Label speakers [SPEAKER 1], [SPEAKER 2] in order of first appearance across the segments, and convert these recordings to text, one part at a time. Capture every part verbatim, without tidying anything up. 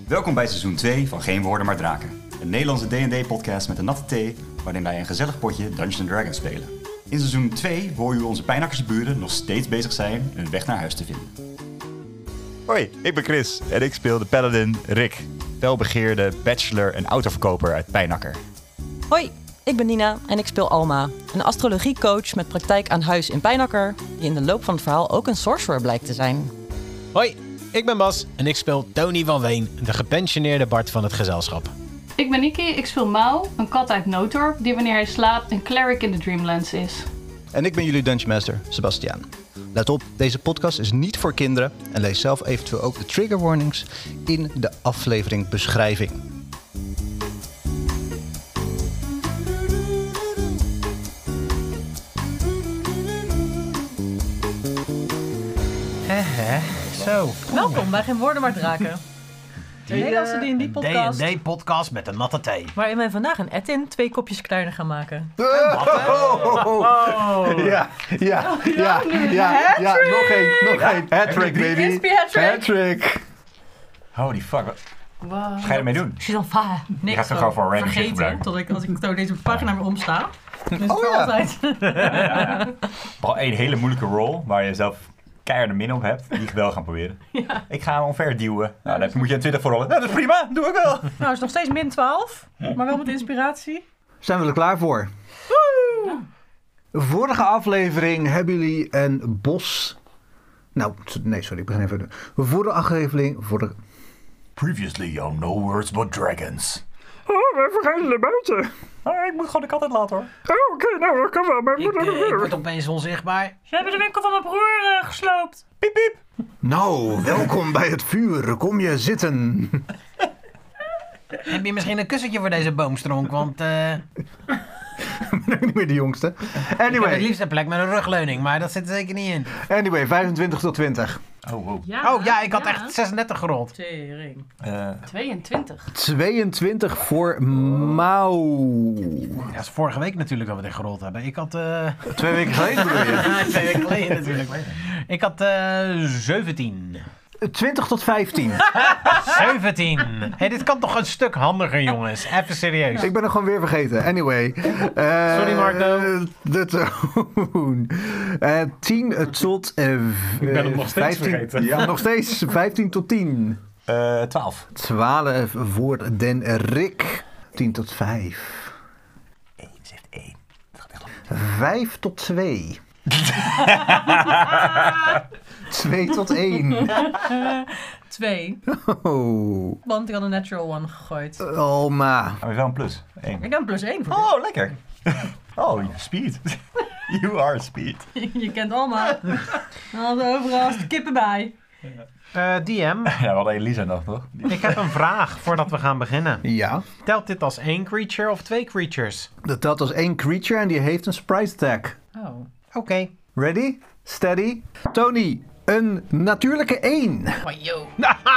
[SPEAKER 1] Welkom bij seizoen twee van Geen Woorden Maar Draken. Een Nederlandse D en D-podcast met een natte thee, waarin wij een gezellig potje Dungeons and Dragons spelen. In seizoen twee horen u onze pijnakkersburen nog steeds bezig zijn hun weg naar huis te vinden.
[SPEAKER 2] Hoi, ik ben Chris en ik speel de paladin Rick, felbegeerde bachelor en autoverkoper uit Pijnakker.
[SPEAKER 3] Hoi, ik ben Nina en ik speel Alma, een astrologiecoach met praktijk aan huis in Pijnakker, die in de loop van het verhaal ook een sorcerer blijkt te zijn.
[SPEAKER 4] Hoi, ik ben Bas en ik speel Tony van Ween, de gepensioneerde Bard van het gezelschap.
[SPEAKER 5] Ik ben Nikki, ik speel Mau, een kat uit Notor, die wanneer hij slaapt een cleric in de Dreamlands is.
[SPEAKER 6] En ik ben jullie Dungeon Master, Sebastiaan. Let op, deze podcast is niet voor kinderen en lees zelf eventueel ook de trigger warnings in de aflevering beschrijving.
[SPEAKER 4] Hehe, zo.
[SPEAKER 3] Welkom bij Geen Woorden Maar Draken. De Nederlandse D en D-podcast,
[SPEAKER 4] D en D-podcast met een natte thee.
[SPEAKER 3] waarin wij vandaag een Etin twee kopjes kleiner gaan maken.
[SPEAKER 6] Oh, ja, ja, ja, ja, ja, nog één, nog één. Hat-trick, baby.
[SPEAKER 3] Crispy hat-trick.
[SPEAKER 6] Hat-trick.
[SPEAKER 2] Holy fuck, wat
[SPEAKER 5] Wow.
[SPEAKER 2] ga je ermee doen?
[SPEAKER 3] She's on fire. Nee,
[SPEAKER 2] gaat hem gewoon voor random shit
[SPEAKER 3] vergeten,
[SPEAKER 2] gebruiken.
[SPEAKER 3] tot ik, als ik zo deze pagina weer omsta. Dus
[SPEAKER 6] Oh,
[SPEAKER 3] voor
[SPEAKER 6] ja.
[SPEAKER 3] altijd.
[SPEAKER 2] Al een hele moeilijke roll waar je zelf keiharde min op hebt, die ik wel gaan proberen.
[SPEAKER 3] Ja.
[SPEAKER 2] Ik ga hem omver duwen. Nou, dan moet je een twintig voor rollen. Nou, dat is prima, doe ik wel.
[SPEAKER 3] Nou, het is nog steeds min twaalf, maar wel met inspiratie.
[SPEAKER 6] Zijn we er klaar voor? Vorige aflevering hebben jullie een bos... Nou, nee, sorry, ik begin even. Vorige aflevering... Vorige...
[SPEAKER 2] Previously on No Words But Dragons.
[SPEAKER 6] Oh, wij vergeten naar buiten.
[SPEAKER 2] Ah, ik moet gewoon de kat uitlaten hoor.
[SPEAKER 6] Oh, oké, okay, nou, dat kan wel. Maar
[SPEAKER 4] Ik, uh, ik word opeens onzichtbaar.
[SPEAKER 3] Ze hebben de winkel van mijn broer uh, gesloopt.
[SPEAKER 2] Piep piep.
[SPEAKER 6] Nou, welkom bij het vuur. Kom je zitten.
[SPEAKER 4] Heb je misschien een kussentje voor deze boomstronk? Want uh,
[SPEAKER 6] Ik ben ook niet meer de jongste.
[SPEAKER 4] ik heb het
[SPEAKER 6] Anyway,
[SPEAKER 4] liefst een plek met een rugleuning, maar dat zit er zeker niet in.
[SPEAKER 6] anyway, vijfentwintig tot twintig.
[SPEAKER 2] Oh, wow.
[SPEAKER 4] Oh ja, ik had echt zesendertig gerold.
[SPEAKER 3] Tering.
[SPEAKER 2] Uh,
[SPEAKER 5] tweeëntwintig.
[SPEAKER 6] tweeëntwintig voor Mau.
[SPEAKER 4] Ja, dat is vorige week natuurlijk dat we dit gerold hebben. Ik had... Uh...
[SPEAKER 6] Twee weken geleden bedoel je?
[SPEAKER 4] Twee weken geleden natuurlijk. Ik had uh, zeventien.
[SPEAKER 6] twintig tot vijftien.
[SPEAKER 4] zeventien. Hey, dit kan toch een stuk handiger, jongens. Even serieus.
[SPEAKER 6] Ik ben er gewoon weer vergeten. Anyway. Uh,
[SPEAKER 4] Sorry, Marco.
[SPEAKER 6] De toon. Uh, tien tot... Uh,
[SPEAKER 2] Ik ben hem nog steeds
[SPEAKER 6] vijftien,
[SPEAKER 2] vergeten.
[SPEAKER 6] Ja, nog steeds. vijftien tot tien.
[SPEAKER 2] uh, twaalf.
[SPEAKER 6] twaalf voor Den Rick. tien tot vijf.
[SPEAKER 2] één, zegt één. Dat gaat echt
[SPEAKER 6] vijf tot twee. twee tot één.
[SPEAKER 3] Twee.
[SPEAKER 6] Oh.
[SPEAKER 3] Want ik had een natural one gegooid.
[SPEAKER 6] Alma.
[SPEAKER 2] Oh, wel een plus. één.
[SPEAKER 3] Ik heb een plus één voor dit.
[SPEAKER 2] Oh, lekker. Oh, speed. You are speed.
[SPEAKER 3] Je kent Alma. Al overal de kippen bij.
[SPEAKER 4] Uh, D M,
[SPEAKER 2] Ja, we hadden Elisa nog, toch?
[SPEAKER 4] ik heb een vraag voordat we gaan beginnen.
[SPEAKER 6] Ja.
[SPEAKER 4] Telt dit als één creature of twee creatures?
[SPEAKER 6] Dat telt als één creature en die heeft een surprise attack.
[SPEAKER 3] Oh.
[SPEAKER 4] Oké. Okay.
[SPEAKER 6] Ready? Steady? Tony, een natuurlijke één.
[SPEAKER 4] Oh, yo.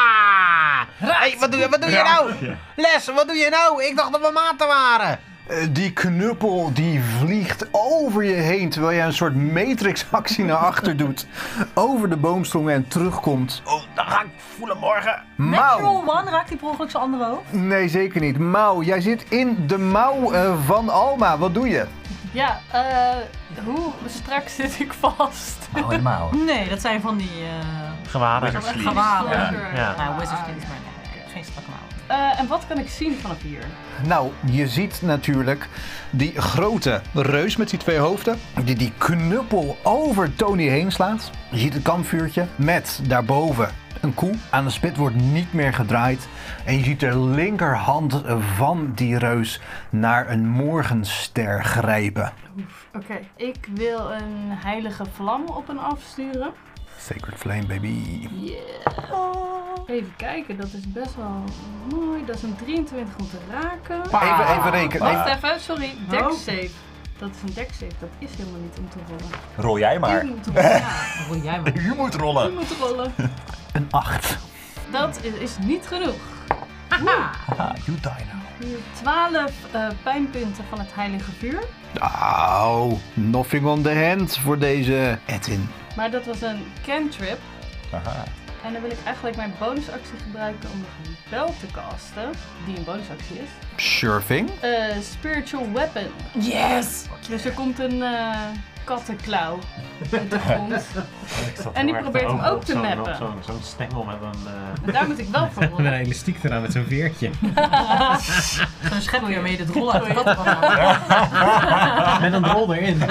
[SPEAKER 4] Hey, wat doe je, wat doe je nou? Les, wat doe je nou? Ik dacht dat we maten waren.
[SPEAKER 6] Uh, die knuppel die vliegt over je heen terwijl je een soort matrix-actie naar achter doet. Over de boomstrongen en terugkomt.
[SPEAKER 4] Oh, dan ga ik voelen morgen.
[SPEAKER 6] Mau.
[SPEAKER 3] Natural one, raakt die per ongeluk zijn andere hoofd?
[SPEAKER 6] Nee, zeker niet. Mau, jij zit in de mouw uh, van Alma. Wat doe je?
[SPEAKER 5] Ja, eh, hoe strak zit ik vast?
[SPEAKER 2] Oh, helemaal.
[SPEAKER 3] Nee, dat zijn van die uh,
[SPEAKER 4] Gewaden.
[SPEAKER 3] gewaden.
[SPEAKER 4] Ja.
[SPEAKER 3] Ja.
[SPEAKER 4] Ja.
[SPEAKER 3] Nou, wizards sleeves, maar nee, geen strakke mouwen.
[SPEAKER 5] Eh, en wat kan ik zien vanaf hier?
[SPEAKER 6] Nou, je ziet natuurlijk die grote reus met die twee hoofden. Die die knuppel over Tony heen slaat. Je ziet een kampvuurtje met daarboven een koe. Aan de spit wordt niet meer gedraaid. En je ziet de linkerhand van die reus naar een morgenster grijpen.
[SPEAKER 5] Oké, okay. Ik wil een heilige vlam op hem afsturen.
[SPEAKER 6] Sacred Flame, baby.
[SPEAKER 5] Yeah. Even kijken, dat is best wel mooi. Dat is een drieëntwintig om te raken.
[SPEAKER 6] Even, even rekenen.
[SPEAKER 5] Wacht
[SPEAKER 6] Even.
[SPEAKER 5] even, sorry. Dex save. Dat is een dex save, dat is helemaal niet om te rollen.
[SPEAKER 2] Rol jij maar.
[SPEAKER 5] U moet rollen. Ja,
[SPEAKER 3] Rol jij maar.
[SPEAKER 2] U moet
[SPEAKER 5] u
[SPEAKER 2] rollen.
[SPEAKER 5] moet rollen.
[SPEAKER 6] Een acht.
[SPEAKER 5] Dat is, is niet genoeg.
[SPEAKER 2] Haha, you die now.
[SPEAKER 5] twaalf uh, pijnpunten van het heilige vuur.
[SPEAKER 6] Nou, nothing on the hand voor deze Etin.
[SPEAKER 5] Maar dat was een cantrip.
[SPEAKER 2] Aha.
[SPEAKER 5] En dan wil ik eigenlijk mijn bonusactie gebruiken om nog een bel te casten, die een bonusactie is.
[SPEAKER 6] Surfing.
[SPEAKER 5] Uh, spiritual weapon.
[SPEAKER 3] Yes!
[SPEAKER 5] Dus er komt een uh, kattenklauw uit de grond. En die probeert hem ook te mappen.
[SPEAKER 4] Zo'n zo stengel met een... Uh...
[SPEAKER 5] En daar moet ik wel voor
[SPEAKER 4] met een
[SPEAKER 5] rollen.
[SPEAKER 4] elastiek eraan met zo'n veertje.
[SPEAKER 3] Zo'n schepje waarmee je de drol uit de kat kan halen.
[SPEAKER 4] Met een drol erin.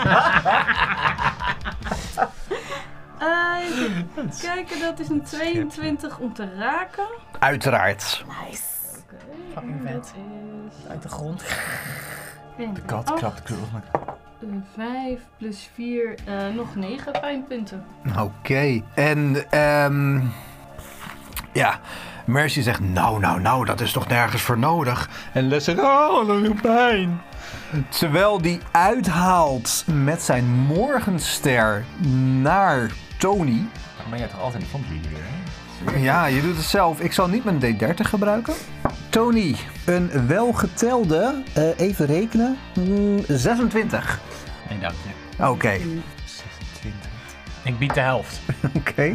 [SPEAKER 5] Uh, even kijken, dat is een tweeëntwintig om te raken.
[SPEAKER 6] Uiteraard.
[SPEAKER 3] Nice.
[SPEAKER 5] Oké,
[SPEAKER 3] Fucking
[SPEAKER 5] en
[SPEAKER 3] vet.
[SPEAKER 5] dat is...
[SPEAKER 3] Uit de grond.
[SPEAKER 1] De kat krabt krul.
[SPEAKER 5] vijf plus vier, uh, nog negen pijnpunten.
[SPEAKER 6] Oké. Okay. En ehm ja, Mercy zegt, nou, nou, nou, dat is toch nergens voor nodig. En Les zegt, oh, dat doet pijn. Terwijl die uithaalt met zijn morgenster naar Tony.
[SPEAKER 1] Maar ben jij toch altijd in de frontlinie weer, hè?
[SPEAKER 6] Ja, je doet het zelf. Ik zal niet mijn D dertig gebruiken. Tony, een welgetelde, uh, even rekenen, mm, zesentwintig.
[SPEAKER 4] Nee, dank je.
[SPEAKER 6] Oké. Okay.
[SPEAKER 1] zesentwintig.
[SPEAKER 4] Ik bied de helft.
[SPEAKER 6] Oké. Okay.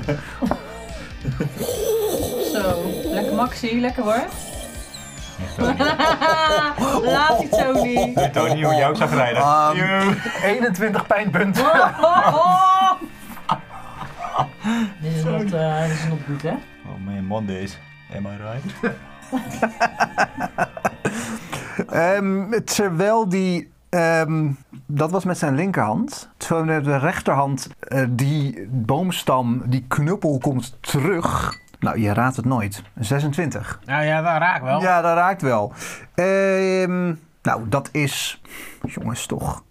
[SPEAKER 3] Zo, lekker Maxi, lekker hoor. Laat die Tony.
[SPEAKER 1] Hey, Tony, hoe jou zag rijden.
[SPEAKER 6] Um, eenentwintig pijnpunten.
[SPEAKER 3] Dit is not, uh, dit is not goed, hè?
[SPEAKER 1] Oh man, Mondays. Am I right?
[SPEAKER 6] um, terwijl die... Um, dat was met zijn linkerhand. Terwijl met de rechterhand uh, die boomstam, die knuppel komt terug. Nou, je raadt het nooit. zesentwintig.
[SPEAKER 4] Nou ja, dat raakt wel.
[SPEAKER 6] Ja, dat raakt wel. Um, nou, dat is... Jongens, toch...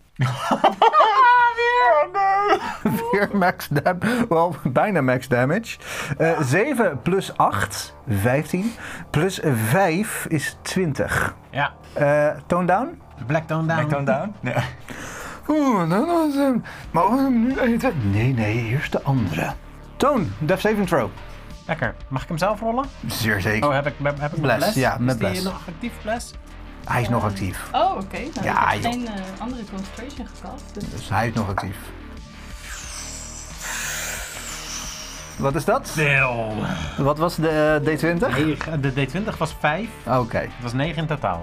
[SPEAKER 6] Weer max damage. Wel, bijna max damage. Uh, zeven plus acht, vijftien. Plus vijf is twintig.
[SPEAKER 4] Ja.
[SPEAKER 6] Uh, tone down?
[SPEAKER 4] Black tone down.
[SPEAKER 1] Black tone down? Ja.
[SPEAKER 6] Oeh, dat was hem. Mogen we hem nu eten? Nee, nee, eerst de andere. Tone, death saving throw.
[SPEAKER 4] Lekker. Mag ik hem zelf rollen?
[SPEAKER 6] Zeer zeker.
[SPEAKER 4] Oh, heb ik, heb ik
[SPEAKER 6] Bless,
[SPEAKER 4] bless?
[SPEAKER 6] ja, met
[SPEAKER 4] is die
[SPEAKER 6] bless.
[SPEAKER 4] nog actief bless?
[SPEAKER 6] Hij is nog actief.
[SPEAKER 5] Oh, oké. Okay. Nou,
[SPEAKER 6] Ja,
[SPEAKER 5] ik heb
[SPEAKER 6] joh.
[SPEAKER 5] geen uh, andere concentration gecast. Dus...
[SPEAKER 6] Dus hij is nog actief. Wat is dat?
[SPEAKER 4] Deel.
[SPEAKER 6] Wat was de uh, D twintig?
[SPEAKER 4] Nee, de D twintig was vijf.
[SPEAKER 6] Oké. Okay.
[SPEAKER 4] Het was negen in totaal.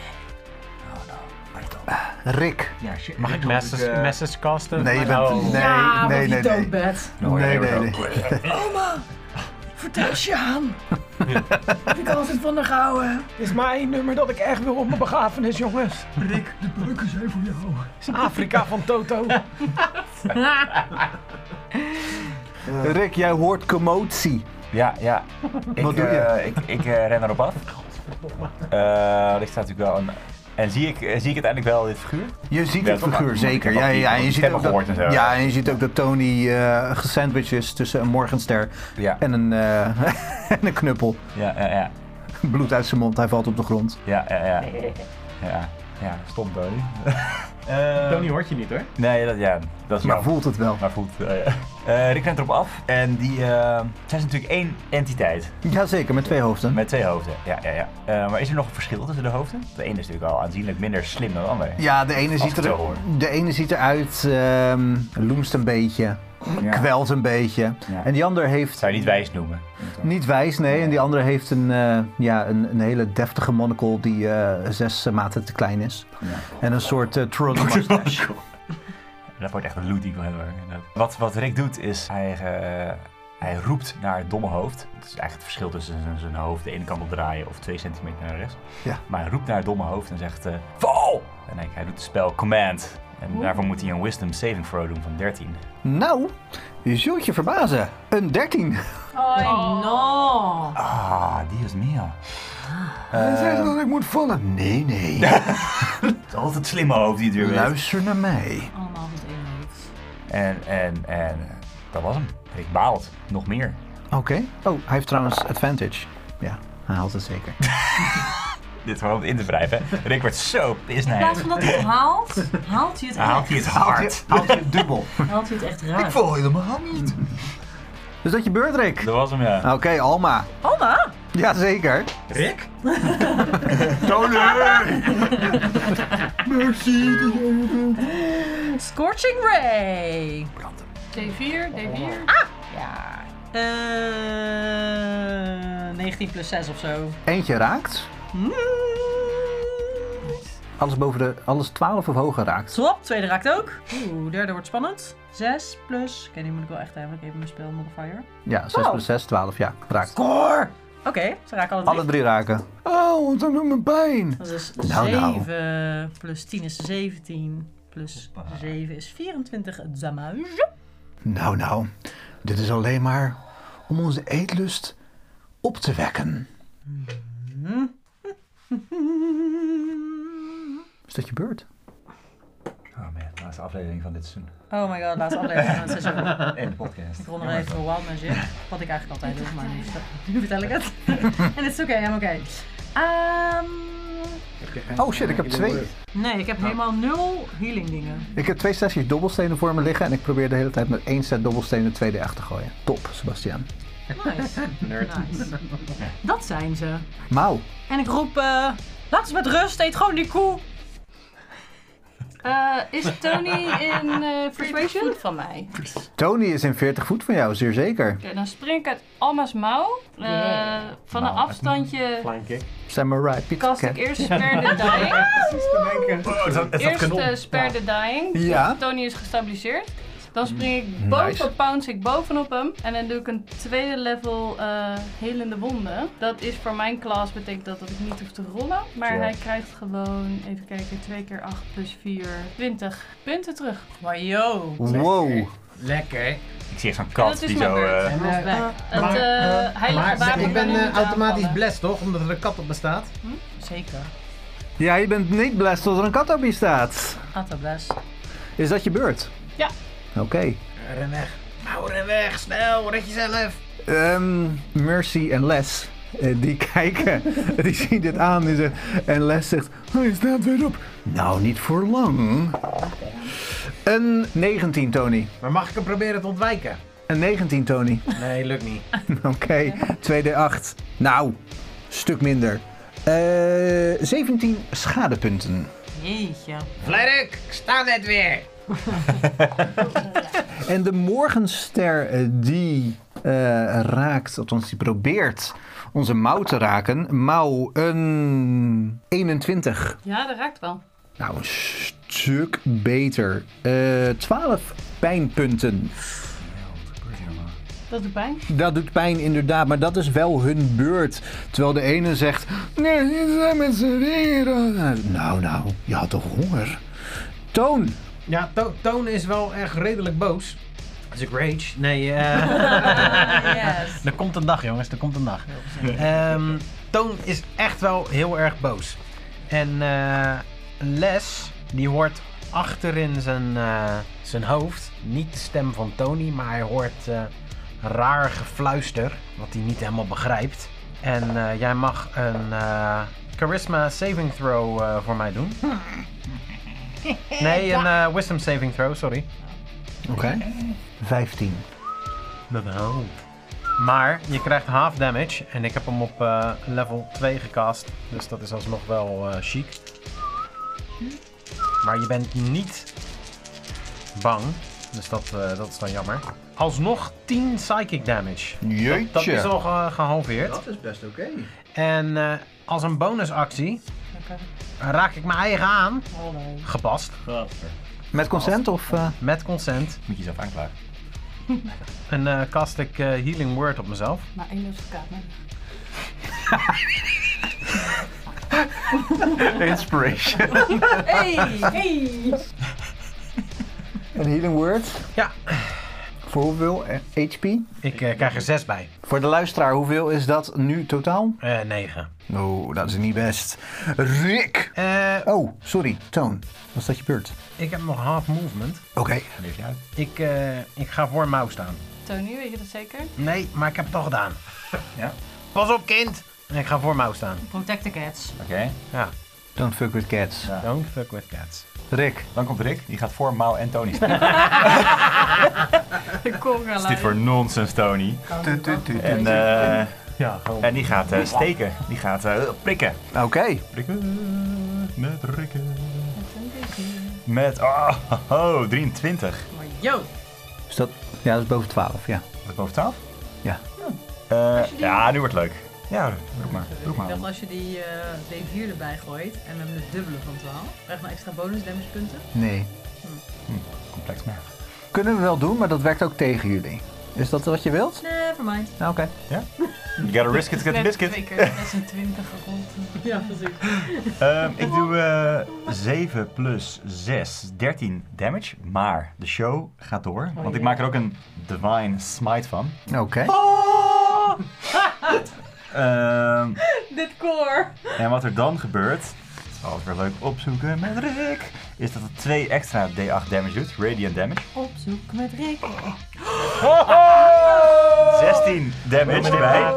[SPEAKER 6] Rick.
[SPEAKER 1] Ja, shit.
[SPEAKER 4] Mag ik messes, uh... messes casten?
[SPEAKER 6] Nee, je bent...
[SPEAKER 4] Oh.
[SPEAKER 6] Nee,
[SPEAKER 3] ja,
[SPEAKER 6] nee, nee, nee.
[SPEAKER 3] doodbed.
[SPEAKER 1] No,
[SPEAKER 6] nee, nee,
[SPEAKER 1] nee.
[SPEAKER 6] nee.
[SPEAKER 3] Oma, vertel Sjaan. Heb ik altijd van haar gehouden.
[SPEAKER 4] Dit is mijn nummer dat ik echt wil op mijn begrafenis, jongens.
[SPEAKER 1] Rick, de breuken zijn voor jou.
[SPEAKER 4] Het is Afrika van Toto.
[SPEAKER 6] Rick, jij hoort commotie.
[SPEAKER 1] Ja, ja. Ik,
[SPEAKER 6] Wat doe je?
[SPEAKER 1] Uh, ik ik uh, ren erop af. Uh, er staat natuurlijk wel een... En zie ik, zie ik uiteindelijk wel dit figuur?
[SPEAKER 6] Je ziet
[SPEAKER 1] Ja,
[SPEAKER 6] het
[SPEAKER 1] toch?
[SPEAKER 6] figuur,
[SPEAKER 1] Ik
[SPEAKER 6] zeker.
[SPEAKER 1] heb
[SPEAKER 6] Ja,
[SPEAKER 1] ook die-
[SPEAKER 6] ja, en je
[SPEAKER 1] die
[SPEAKER 6] ziet
[SPEAKER 1] stemmen
[SPEAKER 6] ook dat,
[SPEAKER 1] gehoord en zo.
[SPEAKER 6] ja, en je ziet ook dat Tony uh, gesandwiched is tussen een morgenster
[SPEAKER 1] Ja.
[SPEAKER 6] en een, uh, en een knuppel.
[SPEAKER 1] Ja, ja, ja.
[SPEAKER 6] Bloed uit zijn mond, hij valt op de grond.
[SPEAKER 1] Ja, ja, ja. Ja, ja stom Tony. Uh,
[SPEAKER 4] Tony hoort je niet, hoor.
[SPEAKER 1] Nee, dat, ja, dat is
[SPEAKER 6] Maar
[SPEAKER 1] jammer.
[SPEAKER 6] voelt het wel.
[SPEAKER 1] Maar voelt, uh, ja. Uh, Rick rent erop af en die uh, zijn natuurlijk één entiteit
[SPEAKER 6] Jazeker, met twee hoofden.
[SPEAKER 1] met twee hoofden. Ja, ja, ja. Uh, maar is er nog een verschil tussen de hoofden? De ene is natuurlijk al aanzienlijk minder slim dan de andere.
[SPEAKER 6] Ja, de ene,
[SPEAKER 1] Als
[SPEAKER 6] ziet,
[SPEAKER 1] ik het
[SPEAKER 6] er,
[SPEAKER 1] zo hoor.
[SPEAKER 6] de ene ziet eruit, um, loemst een beetje,
[SPEAKER 1] Ja.
[SPEAKER 6] kwelt een beetje.
[SPEAKER 1] Ja.
[SPEAKER 6] En die ander heeft...
[SPEAKER 1] Zou je niet wijs noemen?
[SPEAKER 6] Niet wijs, nee. En die andere heeft een, uh, ja, een, een hele deftige monocle die uh, zes uh, maten te klein is.
[SPEAKER 1] Ja.
[SPEAKER 6] En een soort uh, twirl mustache.
[SPEAKER 1] Dat wordt echt een loot die ik wil hebben. Wat, wat Rick doet is, hij, uh, hij roept naar het domme hoofd. Dat is eigenlijk het verschil tussen zijn, zijn hoofd de ene kant op draaien of twee centimeter naar rechts.
[SPEAKER 6] Ja.
[SPEAKER 1] Maar hij roept naar het domme hoofd en zegt, uh, val! En hij, hij doet het spel command. En
[SPEAKER 5] Oeh.
[SPEAKER 1] daarvoor moet hij een wisdom saving throw doen van dertien.
[SPEAKER 6] Nou, je zult je verbazen. Een dertien.
[SPEAKER 3] Oh no.
[SPEAKER 1] Ah, die is meer.
[SPEAKER 6] Hij zegt dat ik moet vallen. Nee, nee.
[SPEAKER 1] Het is altijd het slimme hoofd die het weer weet.
[SPEAKER 6] Luister naar mij.
[SPEAKER 5] Allemaal met één hoofd.
[SPEAKER 1] En, en, en uh, dat was hem. Rick baalt. Nog meer.
[SPEAKER 6] Oké. Okay. Oh, hij heeft trouwens advantage. Ja, hij haalt het zeker.
[SPEAKER 1] Dit gewoon om het in te wrijven. Rick wordt zo
[SPEAKER 3] In
[SPEAKER 1] pisnij.
[SPEAKER 3] plaats van dat hij het haalt, haalt hij het echt.
[SPEAKER 1] Haalt hij het
[SPEAKER 6] Haalt je,
[SPEAKER 1] hard.
[SPEAKER 6] haalt je het dubbel.
[SPEAKER 3] Haalt hij het echt raar.
[SPEAKER 1] val helemaal niet.
[SPEAKER 6] Dus dat je beurt, Rick.
[SPEAKER 1] Dat was hem, ja.
[SPEAKER 6] Oké, okay, Alma.
[SPEAKER 3] Alma?
[SPEAKER 6] Jazeker.
[SPEAKER 1] Rick?
[SPEAKER 6] Tony! Merci.
[SPEAKER 3] Scorching Ray.
[SPEAKER 5] D vier, D vier.
[SPEAKER 3] Ja. Uh, negentien plus zes of zo.
[SPEAKER 6] Eentje raakt. Alles boven de, alles twaalf of hoger raakt.
[SPEAKER 3] Swap, tweede raakt ook. Oeh, derde wordt spannend. zes plus... Oké, nu moet ik wel echt hebben. Ik heb mijn spel modifier.
[SPEAKER 6] Ja, zes
[SPEAKER 3] Oh.
[SPEAKER 6] plus zes, twaalf, ja, raakt.
[SPEAKER 3] Score! Oké, okay, ze raken alle drie.
[SPEAKER 6] Alle drie raken. Oh, wat doet mijn pijn.
[SPEAKER 3] Dat is
[SPEAKER 6] Nou, nou.
[SPEAKER 3] zeven plus tien is zeventien. Plus zeven is vierentwintig damage.
[SPEAKER 6] Nou, nou. Dit is alleen maar om onze eetlust op te wekken. Is dat je beurt?
[SPEAKER 2] Oh man, laatste aflevering van dit seizoen.
[SPEAKER 3] Oh my god, laatste aflevering van het seizoen.
[SPEAKER 2] En de podcast.
[SPEAKER 3] Ik vond nog even voor Wild Magic. Wat ik eigenlijk altijd doe, maar nu, nu vertel ik het. En het is oké, I'm oké. Ehm,
[SPEAKER 6] Oh shit, ik heb twee.
[SPEAKER 3] Nee, ik heb helemaal nul healing dingen.
[SPEAKER 6] Ik heb twee sessies dobbelstenen voor me liggen en ik probeer de hele tijd met één set dobbelstenen twee D acht te gooien. Top, Sebastiaan.
[SPEAKER 3] Nice.
[SPEAKER 2] Nerd.
[SPEAKER 3] Nice. Dat zijn ze.
[SPEAKER 6] Mauw.
[SPEAKER 3] En ik roep, uh, laat ze met rust, eet gewoon die koe.
[SPEAKER 5] Uh, is Tony in uh, Persuasion? Goed van mij.
[SPEAKER 6] Tony is in veertig voet van jou, zeer zeker.
[SPEAKER 5] Oké, dan spring ik uit Alma's mouw. Uh,
[SPEAKER 3] Yeah.
[SPEAKER 5] Van een afstandje
[SPEAKER 4] Flying kick.
[SPEAKER 6] Samurai pizza
[SPEAKER 5] kast ik
[SPEAKER 6] cat.
[SPEAKER 5] eerst Spare the Dying.
[SPEAKER 2] Oh, is dat, is dat
[SPEAKER 5] Eerst
[SPEAKER 2] kanon?
[SPEAKER 5] uh, Spare the Dying.
[SPEAKER 6] Ja.
[SPEAKER 5] Tony is gestabiliseerd. Dan spring ik boven,
[SPEAKER 6] Nice.
[SPEAKER 5] pounce ik bovenop hem. En dan doe ik een tweede level uh, helende wonden. Dat is voor mijn class, betekent dat dat ik niet hoef te rollen. Maar
[SPEAKER 2] Sure.
[SPEAKER 5] hij krijgt gewoon, even kijken, twee keer acht plus vier, twintig punten terug.
[SPEAKER 3] Maar yo.
[SPEAKER 6] Wow.
[SPEAKER 4] Lekker.
[SPEAKER 2] Ik zie echt zo'n
[SPEAKER 5] Ja,
[SPEAKER 2] kat
[SPEAKER 5] dat is
[SPEAKER 2] die
[SPEAKER 5] mijn
[SPEAKER 2] zo...
[SPEAKER 5] beurt.
[SPEAKER 2] eh,
[SPEAKER 4] En,
[SPEAKER 3] Hij
[SPEAKER 4] eh,
[SPEAKER 3] is back.
[SPEAKER 5] Het
[SPEAKER 4] Maar,
[SPEAKER 5] uh, heilige
[SPEAKER 4] maar
[SPEAKER 5] wapen
[SPEAKER 4] ik ben
[SPEAKER 5] kan nu
[SPEAKER 4] uh,
[SPEAKER 5] niet
[SPEAKER 4] automatisch
[SPEAKER 5] aanvallen.
[SPEAKER 4] blessed, toch? Omdat er een kat op me staat.
[SPEAKER 3] Zeker.
[SPEAKER 6] Ja, je bent niet blessed als er een kat op je staat.
[SPEAKER 3] Gaat best.
[SPEAKER 6] Is dat je beurt?
[SPEAKER 5] Ja.
[SPEAKER 6] Oké.
[SPEAKER 4] Ren weg. Nou, ren weg. Snel. Red jezelf.
[SPEAKER 6] Ehm, Mercy en Les, eh, die kijken, die zien dit aan en, ze- en Les zegt, hij staat weer op. Nou, niet voor lang. Een negentien, Tony.
[SPEAKER 4] Maar mag ik hem proberen te ontwijken?
[SPEAKER 6] Een negentien, Tony.
[SPEAKER 4] Nee, lukt niet.
[SPEAKER 6] Oké, twee D acht. Nou, stuk minder. Eh, zeventien schadepunten.
[SPEAKER 3] Jeetje.
[SPEAKER 4] Vlerik, ik sta net weer.
[SPEAKER 6] En de morgenster eh, die eh, raakt, althans die probeert onze mouw te raken. Mouw, een eenentwintig.
[SPEAKER 5] Ja, dat raakt wel.
[SPEAKER 6] Nou, een stuk beter. Eh twaalf pijnpunten.
[SPEAKER 5] Dat doet pijn.
[SPEAKER 6] Dat doet pijn inderdaad, maar dat is wel hun beurt. Terwijl de ene zegt, nee, die zijn met z'n drieën. Nou, nou, je had toch honger? Toon.
[SPEAKER 4] Ja, To- Toon is wel echt redelijk boos. Als ik rage. Nee, eh...
[SPEAKER 3] Yes.
[SPEAKER 4] er komt een dag, jongens. Er komt een dag. Ehm, Toon is echt wel heel erg boos. En eh, Les, die hoort achter in zijn, eh, zijn hoofd niet de stem van Tony, maar hij hoort eh, raar gefluister, wat hij niet helemaal begrijpt. En eh, jij mag een eh, charisma saving throw eh, voor mij doen. Nee, een eh, wisdom saving throw, sorry.
[SPEAKER 6] Oké. vijftien.
[SPEAKER 4] Maar je krijgt half damage en ik heb hem op eh, level twee gecast. Dus dat is alsnog wel eh, chic. Maar je bent niet bang. Dus dat, eh, dat is dan jammer. Alsnog tien psychic damage.
[SPEAKER 6] Jeetje.
[SPEAKER 4] Dat, dat is al ge- gehalveerd.
[SPEAKER 6] Dat is best oké.
[SPEAKER 4] En eh, als een bonusactie raak ik mijn eigen aan.
[SPEAKER 3] Oh nee.
[SPEAKER 4] Gepast.
[SPEAKER 6] Met consent of... eh,
[SPEAKER 4] Met consent.
[SPEAKER 2] Moet je zelf aanklagen.
[SPEAKER 4] En eh cast ik eh, healing word op mezelf.
[SPEAKER 5] Maar één advocaat nodig.
[SPEAKER 6] Inspiration.
[SPEAKER 3] Hey, hey.
[SPEAKER 6] Een healing word.
[SPEAKER 4] Ja.
[SPEAKER 6] Voor hoeveel eh, H P?
[SPEAKER 4] Ik eh, krijg er zes bij.
[SPEAKER 6] Voor de luisteraar, hoeveel is dat nu totaal?
[SPEAKER 4] Eh negen.
[SPEAKER 6] Oh, dat is niet best. Rick!
[SPEAKER 4] Eh,
[SPEAKER 6] Oh, sorry. Toon. Was dat je beurt?
[SPEAKER 4] ik heb nog half movement.
[SPEAKER 6] Oké.
[SPEAKER 2] Leef je uit.
[SPEAKER 4] Ik, eh, ik ga voor Mouw staan.
[SPEAKER 5] Tony, weet je dat zeker?
[SPEAKER 4] Nee, maar ik heb het al gedaan.
[SPEAKER 2] Ja?
[SPEAKER 4] Pas op, kind! En ik ga voor Mouw staan.
[SPEAKER 3] Protect the cats.
[SPEAKER 2] Oké.
[SPEAKER 4] Ja.
[SPEAKER 6] Don't fuck with cats.
[SPEAKER 2] Ja.
[SPEAKER 4] Don't fuck with cats.
[SPEAKER 6] Rick.
[SPEAKER 2] Dan komt Rick. Die gaat voor Mao en Tony staan.
[SPEAKER 5] De
[SPEAKER 2] Wat is dit voor nonsens, Tony? En, eh,
[SPEAKER 4] Ja, gewoon.
[SPEAKER 2] en die gaat eh, steken. Die gaat eh, prikken.
[SPEAKER 6] Oké.
[SPEAKER 2] Prikken. Met prikken. Met, oh, oh, drieëntwintig.
[SPEAKER 3] Maar yo.
[SPEAKER 6] Is dat... Ja, dat is boven twaalf, ja.
[SPEAKER 2] Is dat boven twaalf?
[SPEAKER 6] Ja.
[SPEAKER 2] Uh,
[SPEAKER 7] Als je die-
[SPEAKER 2] ja, nu wordt het leuk. Ja, roep maar. Roep
[SPEAKER 7] Ik
[SPEAKER 2] maar.
[SPEAKER 7] dacht als je die eh, D vier erbij gooit en we hebben het dubbele van twaalf, krijg je dan extra bonus damage punten?
[SPEAKER 6] Nee.
[SPEAKER 2] Complex math.
[SPEAKER 6] Kunnen we wel doen, maar dat werkt ook tegen jullie. Is dat wat je wilt?
[SPEAKER 7] Never mind.
[SPEAKER 6] Nou, Oké.
[SPEAKER 2] You gotta risk it to get the
[SPEAKER 5] Net
[SPEAKER 2] biscuit.
[SPEAKER 5] twee keer zesentwintig gerold.
[SPEAKER 7] Ja, precies.
[SPEAKER 2] Um, ik doe uh, zeven plus zes, dertien damage. Maar de show gaat door. Want ik
[SPEAKER 7] jee.
[SPEAKER 2] maak er ook een Divine Smite van.
[SPEAKER 6] Oké.
[SPEAKER 2] Um,
[SPEAKER 7] Dit core.
[SPEAKER 2] en wat er dan gebeurt, dat is altijd weer leuk opzoeken met Rick, is dat het twee extra D acht damage doet, radiant damage.
[SPEAKER 7] Op zoek met Rick.
[SPEAKER 2] zestien damage erbij.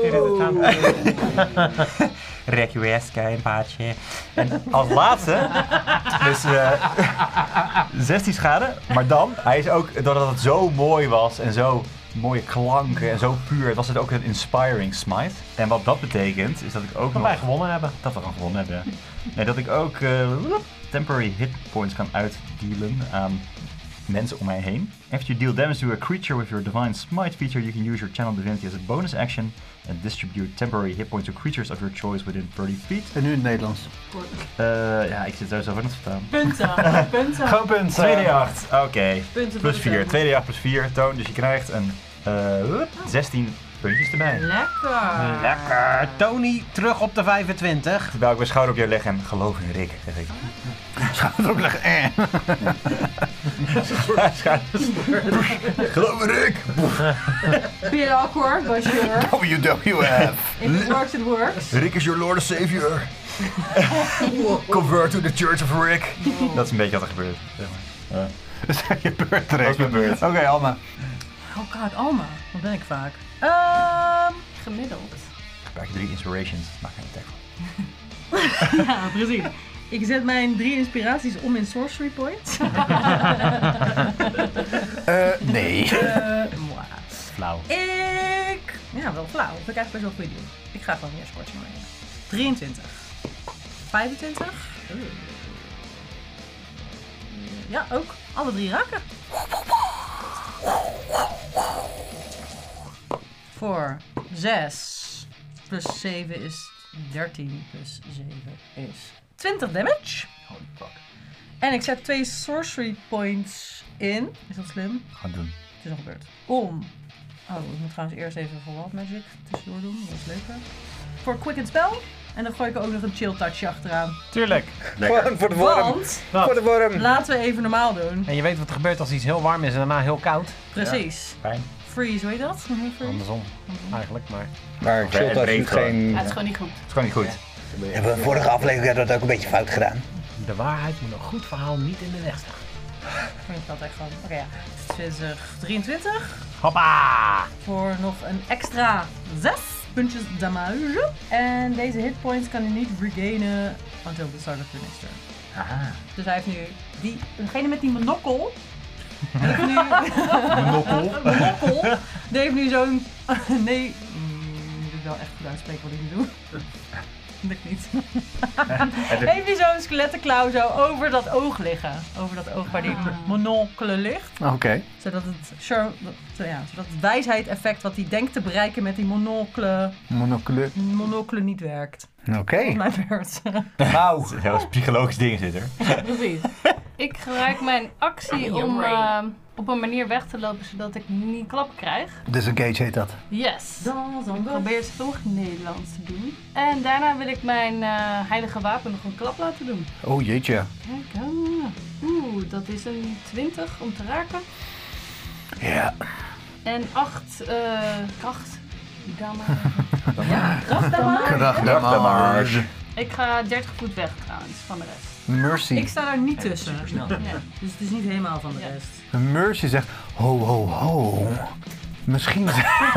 [SPEAKER 2] Requiesca een paardje. En als laatste, dus uh, zestien schade, maar dan, hij is ook, doordat het zo mooi was en zo mooie klanken en zo puur, was het ook een inspiring smite. En wat dat betekent, is dat ik ook
[SPEAKER 4] Dat
[SPEAKER 2] nog...
[SPEAKER 4] wij gewonnen hebben.
[SPEAKER 2] Dat we gewoon gewonnen hebben, ja. Nee, dat ik ook uh, temporary hit points kan uitdealen aan mensen om mij heen. After you deal damage to a creature with your Divine Smite feature, you can use your Channel Divinity as a bonus action and distribute temporary hit points to creatures of your choice within thirty feet.
[SPEAKER 6] En nu in het Nederlands.
[SPEAKER 2] Uh, ja, ik zit daar zo van het vertalen.
[SPEAKER 7] Punten. Punten.
[SPEAKER 6] Gewoon punt.
[SPEAKER 2] twee D acht, oké.
[SPEAKER 7] Punten
[SPEAKER 2] Plus
[SPEAKER 7] voor
[SPEAKER 2] vier.
[SPEAKER 7] de
[SPEAKER 2] twee D acht plus vier, Toon. Dus je krijgt een uh, zestien puntjes erbij.
[SPEAKER 7] Lekker.
[SPEAKER 4] Lekker. Tony, terug op de vijfentwintig.
[SPEAKER 2] Terwijl ik mijn schouder op jou leg en geloof in Rick, zeg ik.
[SPEAKER 6] Schouder opleggen. Eh.
[SPEAKER 2] Geloof in Rick!
[SPEAKER 7] Be awkward, but sure.
[SPEAKER 6] W W F.
[SPEAKER 7] If it works, it works.
[SPEAKER 2] Rick is your Lord and Savior. Convert to the Church of Rick. Dat is een beetje wat er gebeurt. Zeg maar. Uh,
[SPEAKER 6] Dat is je beurt, Rick.
[SPEAKER 2] dat is mijn beurt.
[SPEAKER 6] Oké, Alma.
[SPEAKER 7] Oh god, Alma. Wat ben ik vaak? Ehm
[SPEAKER 5] Gemiddeld.
[SPEAKER 2] Gebruik je drie inspirations. Maak er een attack van.
[SPEAKER 7] ja, precies. Ik zet mijn drie inspiraties om in sorcery points.
[SPEAKER 6] Uh, nee.
[SPEAKER 7] Uh, moi.
[SPEAKER 4] Flauw.
[SPEAKER 7] Ik... Ja, wel flauw. Dat vind ik eigenlijk best wel een goede deal. Ik ga gewoon meer scorching maken. drieëntwintig. vijfentwintig. Uh. Ja, ook. Alle drie raken. Voor zes plus zeven is dertien plus zeven is twintig damage.
[SPEAKER 2] Holy fuck.
[SPEAKER 7] En ik zet twee sorcery points in. Is dat slim?
[SPEAKER 2] Gaan doen.
[SPEAKER 7] Het is al gebeurd. Om. Oh, ik moet trouwens eerst even voor Wild Magic tussendoor doen. Dat is leuker. Voor Quicken Spell. En dan gooi ik er ook nog een chill touchje achteraan.
[SPEAKER 4] Tuurlijk.
[SPEAKER 6] Gewoon voor de worm.
[SPEAKER 7] Want,
[SPEAKER 6] Voor de worm.
[SPEAKER 7] laten we even normaal doen.
[SPEAKER 4] En je weet wat er gebeurt als iets heel warm is en daarna heel koud.
[SPEAKER 7] Precies.
[SPEAKER 2] Fijn.
[SPEAKER 7] Freeze, hoe heet dat? Freeze?
[SPEAKER 4] Andersom, eigenlijk. Maar
[SPEAKER 6] Maar
[SPEAKER 2] Het breekt
[SPEAKER 6] Shieldtouch
[SPEAKER 2] gewoon.
[SPEAKER 6] geen...
[SPEAKER 5] Ja, het is gewoon niet goed.
[SPEAKER 2] Het is gewoon niet goed.
[SPEAKER 6] Hebben we vorige aflevering hebben we dat ook een beetje fout gedaan.
[SPEAKER 4] de waarheid moet een goed verhaal niet in de weg staan.
[SPEAKER 7] Ik had echt gewoon. Oké, ja. twintig, drieëntwintig.
[SPEAKER 4] Hoppa!
[SPEAKER 7] Voor nog een extra zes puntjes damage. En deze hitpoints kan hij niet regainen until the start of the next turn.
[SPEAKER 2] Aha.
[SPEAKER 7] Dus hij heeft nu die, degene met die monokkel. Die heeft nu...
[SPEAKER 2] Monokkel.
[SPEAKER 7] monokkel. Die heeft nu zo'n... nee, mm, moet ik wel echt goed uitspreken wat ik nu doe. Dat niet. Heeft nu zo'n skelettenklauw zo over dat oog liggen. Over dat oog waar die monocle ligt.
[SPEAKER 6] Oké. Okay.
[SPEAKER 7] Zodat het, sure, ja, zodat het wijsheid-effect wat hij denkt te bereiken met die monocle,
[SPEAKER 6] Monocle.
[SPEAKER 7] monocle niet werkt.
[SPEAKER 6] Oké. Okay.
[SPEAKER 7] Volgens mij werkt.
[SPEAKER 6] Nou.
[SPEAKER 2] Er zit een psychologisch ding zit er.
[SPEAKER 5] Precies. Ik gebruik mijn actie om uh, op een manier weg te lopen zodat ik niet klap krijg.
[SPEAKER 6] Disengage heet dat.
[SPEAKER 5] Yes.
[SPEAKER 7] Dan
[SPEAKER 5] Ik probeer het toch Nederlands te doen. En daarna wil ik mijn uh, heilige wapen nog een klap laten doen.
[SPEAKER 6] Oh jeetje.
[SPEAKER 5] Kijk, uh, oeh, dat is een twintig om te raken.
[SPEAKER 6] Ja.
[SPEAKER 5] En acht uh, kracht. Damage.
[SPEAKER 7] Ja, kracht damage.
[SPEAKER 6] Kracht damage.
[SPEAKER 5] Ik ga dertig voet weg trouwens van de rest.
[SPEAKER 6] Mercy.
[SPEAKER 7] Ik sta daar niet tussen.
[SPEAKER 5] Ja.
[SPEAKER 7] Dus het is niet helemaal van de
[SPEAKER 5] Ja.
[SPEAKER 7] rest.
[SPEAKER 6] Mercy zegt, ho ho ho. Misschien...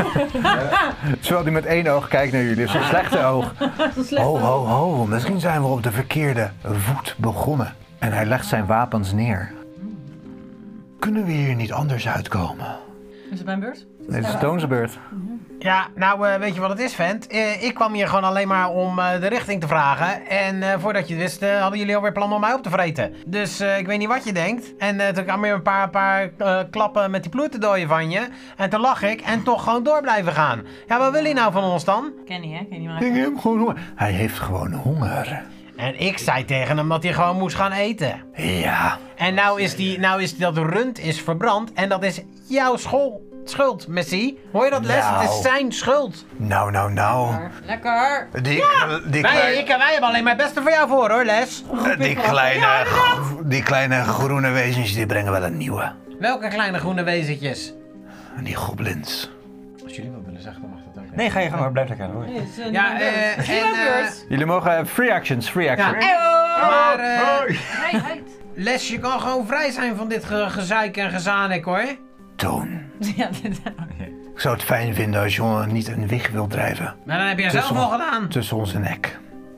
[SPEAKER 6] Terwijl hij met één oog kijkt naar jullie, zo'n slechte oog. Ho ho ho, misschien zijn we op de verkeerde voet begonnen. En hij legt zijn wapens neer. Kunnen we hier niet anders uitkomen?
[SPEAKER 7] Is het mijn beurt?
[SPEAKER 6] Dit is Toon's beurt.
[SPEAKER 4] Ja, nou uh, weet je wat het is, vent? Uh, ik kwam hier gewoon alleen maar om uh, de richting te vragen. En uh, voordat je het wist, uh, hadden jullie alweer plan om mij op te vreten. Dus uh, ik weet niet wat je denkt. En uh, toen kwam weer een paar, paar uh, klappen met die ploertendooien van je. En toen lag ik en toch gewoon door blijven gaan. Ja, wat wil hij nou van ons dan?
[SPEAKER 7] Kenny, hè? Kenny maar
[SPEAKER 6] Ik heb gewoon honger. Hij heeft gewoon honger.
[SPEAKER 4] En ik zei tegen hem dat hij gewoon moest gaan eten.
[SPEAKER 6] Ja.
[SPEAKER 4] En nou is, die, nou is die, dat rund is verbrand en dat is jouw school. Schuld, Messi. Hoor je dat, Les?
[SPEAKER 6] Nou.
[SPEAKER 4] Het is zijn schuld.
[SPEAKER 6] Nou, nou, nou.
[SPEAKER 7] Lekker.
[SPEAKER 6] Die,
[SPEAKER 4] Ja,
[SPEAKER 6] die,
[SPEAKER 4] wij,
[SPEAKER 6] klein-
[SPEAKER 4] ik en wij hebben alleen maar het beste voor jou voor, hoor, Les.
[SPEAKER 6] die, kleine, gro- die kleine groene wezens die brengen wel een nieuwe.
[SPEAKER 4] Welke kleine groene wezentjes?
[SPEAKER 6] Die goblins.
[SPEAKER 4] Als jullie wat willen zeggen, dan mag dat ook.
[SPEAKER 2] Nee, ga je gang maar, blijf lekker. Hoor.
[SPEAKER 4] Ja, eh, en, eh,
[SPEAKER 6] Jullie mogen free actions, free actions.
[SPEAKER 4] maar eh,
[SPEAKER 5] Vrijheid.
[SPEAKER 4] Les, je kan gewoon vrij zijn van dit ge gezeik en gezanik, hoor.
[SPEAKER 6] Toon.
[SPEAKER 7] Ja, dit...
[SPEAKER 6] Ik zou het fijn vinden als je niet een wig wilt drijven
[SPEAKER 4] Maar dan heb je
[SPEAKER 6] Tussen-
[SPEAKER 4] zelf al gedaan.
[SPEAKER 6] tussen onze nek.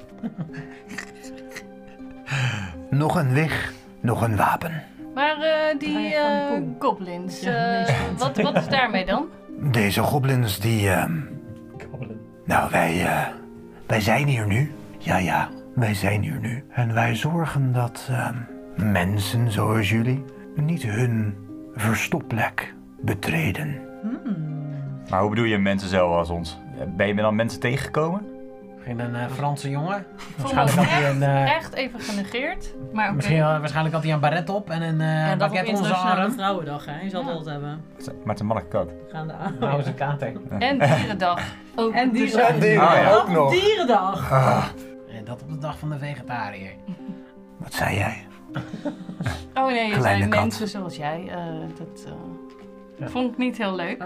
[SPEAKER 6] Nog een wig, nog een wapen.
[SPEAKER 5] Maar uh, die
[SPEAKER 7] Ga je van de
[SPEAKER 5] uh,
[SPEAKER 7] poel?
[SPEAKER 5] goblins,
[SPEAKER 7] Ja,
[SPEAKER 5] uh,
[SPEAKER 7] nee,
[SPEAKER 5] wat, wat is daarmee dan?
[SPEAKER 6] Deze goblins die... ehm, Nou, wij, eh, wij zijn hier nu. Ja, ja, wij zijn hier nu. En wij zorgen dat ehm, mensen zoals jullie niet hun verstopplek betreden.
[SPEAKER 2] Maar hoe bedoel je mensen zoals ons? Ben je dan mensen tegengekomen?
[SPEAKER 4] Misschien een uh, Franse jongen.
[SPEAKER 5] Voel me
[SPEAKER 4] Waarschijnlijk had hij
[SPEAKER 5] echt,
[SPEAKER 4] een... uh,
[SPEAKER 5] echt even genegeerd. Maar oké.
[SPEAKER 4] Misschien, uh, waarschijnlijk had hij een baret op en een uh,
[SPEAKER 7] Ja, dat op
[SPEAKER 4] baguette onder zijn
[SPEAKER 7] Internationale
[SPEAKER 4] arm.
[SPEAKER 7] Vrouwendag, hè? Je zal
[SPEAKER 5] Ja.
[SPEAKER 7] het altijd hebben.
[SPEAKER 2] Maar het is een mannelijke kat.
[SPEAKER 7] Gaan de aan.
[SPEAKER 4] Nou, is een kater.
[SPEAKER 5] En dierendag. Ook
[SPEAKER 7] En
[SPEAKER 5] dus-
[SPEAKER 7] dierendag.
[SPEAKER 6] die
[SPEAKER 2] Oh, ja.
[SPEAKER 6] ook nog.
[SPEAKER 7] Dierendag.
[SPEAKER 4] En dat op de dag van de vegetariër.
[SPEAKER 6] Wat zei jij?
[SPEAKER 5] Oh nee, er
[SPEAKER 6] Kleine
[SPEAKER 5] zijn
[SPEAKER 6] kat.
[SPEAKER 5] mensen zoals jij. uh, dat uh, vond ik niet heel leuk.
[SPEAKER 7] Oh.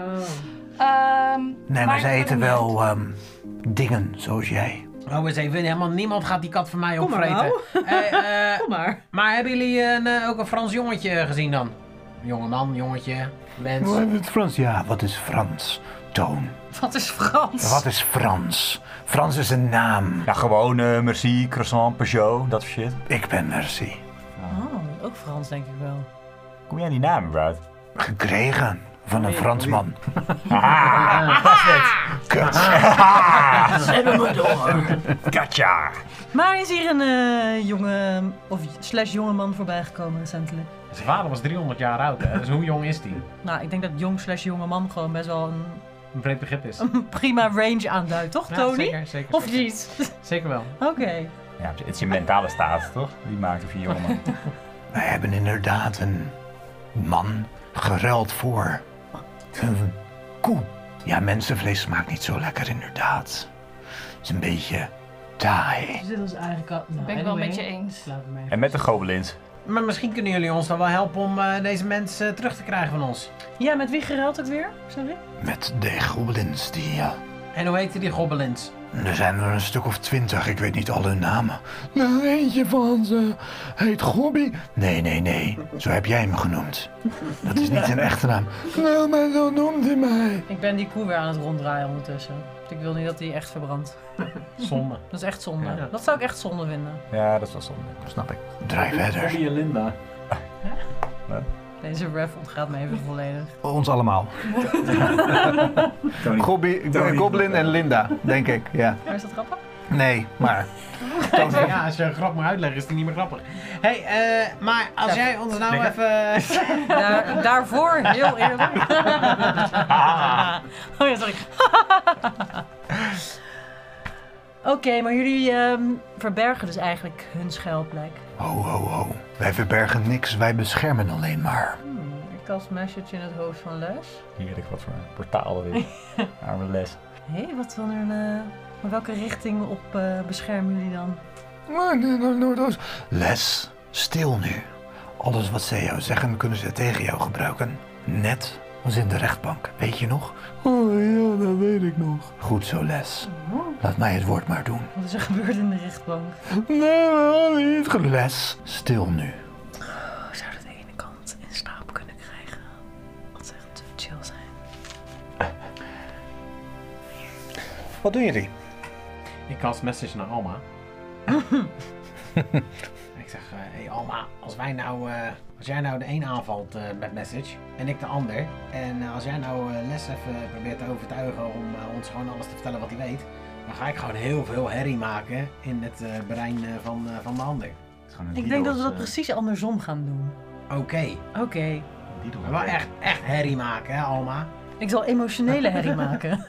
[SPEAKER 5] Ehm,
[SPEAKER 6] Nee, maar ze
[SPEAKER 5] ik
[SPEAKER 6] eten
[SPEAKER 5] ben
[SPEAKER 6] wel ehm, dingen zoals jij.
[SPEAKER 4] Oh, eens even, helemaal niemand gaat die kat van mij
[SPEAKER 7] Kom maar
[SPEAKER 4] opvreten. Hey, uh,
[SPEAKER 7] Kom maar.
[SPEAKER 4] maar hebben jullie een, uh, ook een Frans jongetje gezien dan? Jongeman, jongetje, mens.
[SPEAKER 6] Wat is het Frans? Ja, wat is Frans? Toon.
[SPEAKER 7] Wat is Frans?
[SPEAKER 6] Wat is Frans? Frans is een naam.
[SPEAKER 2] Ja, gewoon uh, merci, croissant, Peugeot, dat soort shit.
[SPEAKER 6] Ik ben Merci.
[SPEAKER 7] Oh, ook Frans denk ik wel.
[SPEAKER 2] Kom jij aan die naam überhaupt?
[SPEAKER 6] Gekregen van een
[SPEAKER 7] Oei,
[SPEAKER 6] Fransman.
[SPEAKER 2] Ah, dat is het.
[SPEAKER 6] Kut.
[SPEAKER 2] Ze hebben me door. Katja.
[SPEAKER 7] Maar is hier een eh, jonge, of slash jongeman voorbij gekomen recentelijk?
[SPEAKER 4] Zijn vader was driehonderd jaar oud, hè? Dus hoe jong is die?
[SPEAKER 7] Nou, ik denk dat jong slash jonge man gewoon best wel een,
[SPEAKER 4] Een breed begrip is.
[SPEAKER 7] een prima range aanduidt, toch
[SPEAKER 4] Ja,
[SPEAKER 7] Tony?
[SPEAKER 4] zeker, zeker.
[SPEAKER 7] Of
[SPEAKER 4] zeker.
[SPEAKER 7] niet?
[SPEAKER 4] Zeker wel.
[SPEAKER 7] Oké.
[SPEAKER 2] Ja, het is je mentale staat, toch? Die maakt of je jongeman.
[SPEAKER 6] Wij hebben inderdaad een man geruild voor een koe. Ja, mensenvlees smaakt niet zo lekker inderdaad. Het is een beetje taai.
[SPEAKER 7] Dit was eigenlijk al... Nou,
[SPEAKER 5] ben ik wel
[SPEAKER 7] anyway.
[SPEAKER 5] met je eens.
[SPEAKER 7] Laten we mee.
[SPEAKER 2] En met de goblins.
[SPEAKER 4] Maar misschien kunnen jullie ons dan wel helpen om uh, deze mensen uh, terug te krijgen van ons.
[SPEAKER 7] Ja, met wie geruild ook weer? Sorry?
[SPEAKER 6] Met de goblins die... ja.
[SPEAKER 4] En hoe heten die goblins?
[SPEAKER 6] Er zijn er een stuk of twintig, ik weet niet al hun namen. Nou, eentje van ze heet Gobby. Nee, nee, nee, zo heb jij hem genoemd. Dat is niet zijn echte naam. Nou, maar zo noemt hij mij.
[SPEAKER 7] Ik ben die koe weer aan het ronddraaien ondertussen. Want ik wil niet dat die echt verbrandt.
[SPEAKER 4] Zonde.
[SPEAKER 7] Dat is echt zonde.
[SPEAKER 4] Ja.
[SPEAKER 7] Dat zou ik echt zonde vinden.
[SPEAKER 2] Ja, dat is wel zonde.
[SPEAKER 6] Snap ik. Draai verder.
[SPEAKER 4] en Linda.
[SPEAKER 7] Deze ref ontgaat me even volledig.
[SPEAKER 6] Ons allemaal.
[SPEAKER 2] Tony.
[SPEAKER 6] Gobby,
[SPEAKER 2] Tony.
[SPEAKER 6] Goblin en Linda, denk ik, ja.
[SPEAKER 7] Maar is dat grappig?
[SPEAKER 6] Nee, maar...
[SPEAKER 4] Ja, als je een grap moet uitleggen is die niet meer grappig. Hé, hey, uh, maar als
[SPEAKER 7] Ja.
[SPEAKER 4] jij ons nou
[SPEAKER 2] Nee.
[SPEAKER 4] even...
[SPEAKER 7] Daar, daarvoor, heel eerlijk. Oh ja, sorry. Oké, maar jullie ehm, verbergen dus eigenlijk hun schuilplek.
[SPEAKER 6] Ho, ho, ho. Wij verbergen niks, wij beschermen alleen maar.
[SPEAKER 7] Hmm, ik kast message in het hoofd van Les.
[SPEAKER 2] Heerlijk, wat voor een portaal weer. Arme les.
[SPEAKER 7] Hé, hey, wat van een... eh, maar welke richting op eh, beschermen jullie dan?
[SPEAKER 6] Nee, nee, nee, nee, dat is- Les, stil nu. Alles wat zij jou zeggen, kunnen ze tegen jou gebruiken. Net als in de rechtbank, weet je nog? Oh ja, dat weet ik nog. Goed zo, Les. Laat mij het woord maar doen.
[SPEAKER 7] Wat is er gebeurd in de rechtbank?
[SPEAKER 6] Nee, niet ge- Les, stil nu.
[SPEAKER 7] Oh, zou dat de ene kant in slaap kunnen krijgen? Wat zou echt chill zijn.
[SPEAKER 6] Wat doen jullie?
[SPEAKER 4] Ik cast message naar Alma. ik Ik zeg, hé hey Alma, als wij nou, uh, als jij nou de een aanvalt uh, met message en ik de ander. En uh, als jij nou uh, Les even probeert te overtuigen om uh, ons gewoon alles te vertellen wat hij weet. Dan ga ik gewoon heel veel herrie maken in het uh, brein uh, van, uh, van de ander.
[SPEAKER 7] Ik denk dat we dat precies andersom gaan doen.
[SPEAKER 4] Oké. Okay.
[SPEAKER 7] Oké. Okay.
[SPEAKER 4] Maar wel echt, echt herrie maken, hè Alma?
[SPEAKER 7] Ik zal emotionele herrie maken.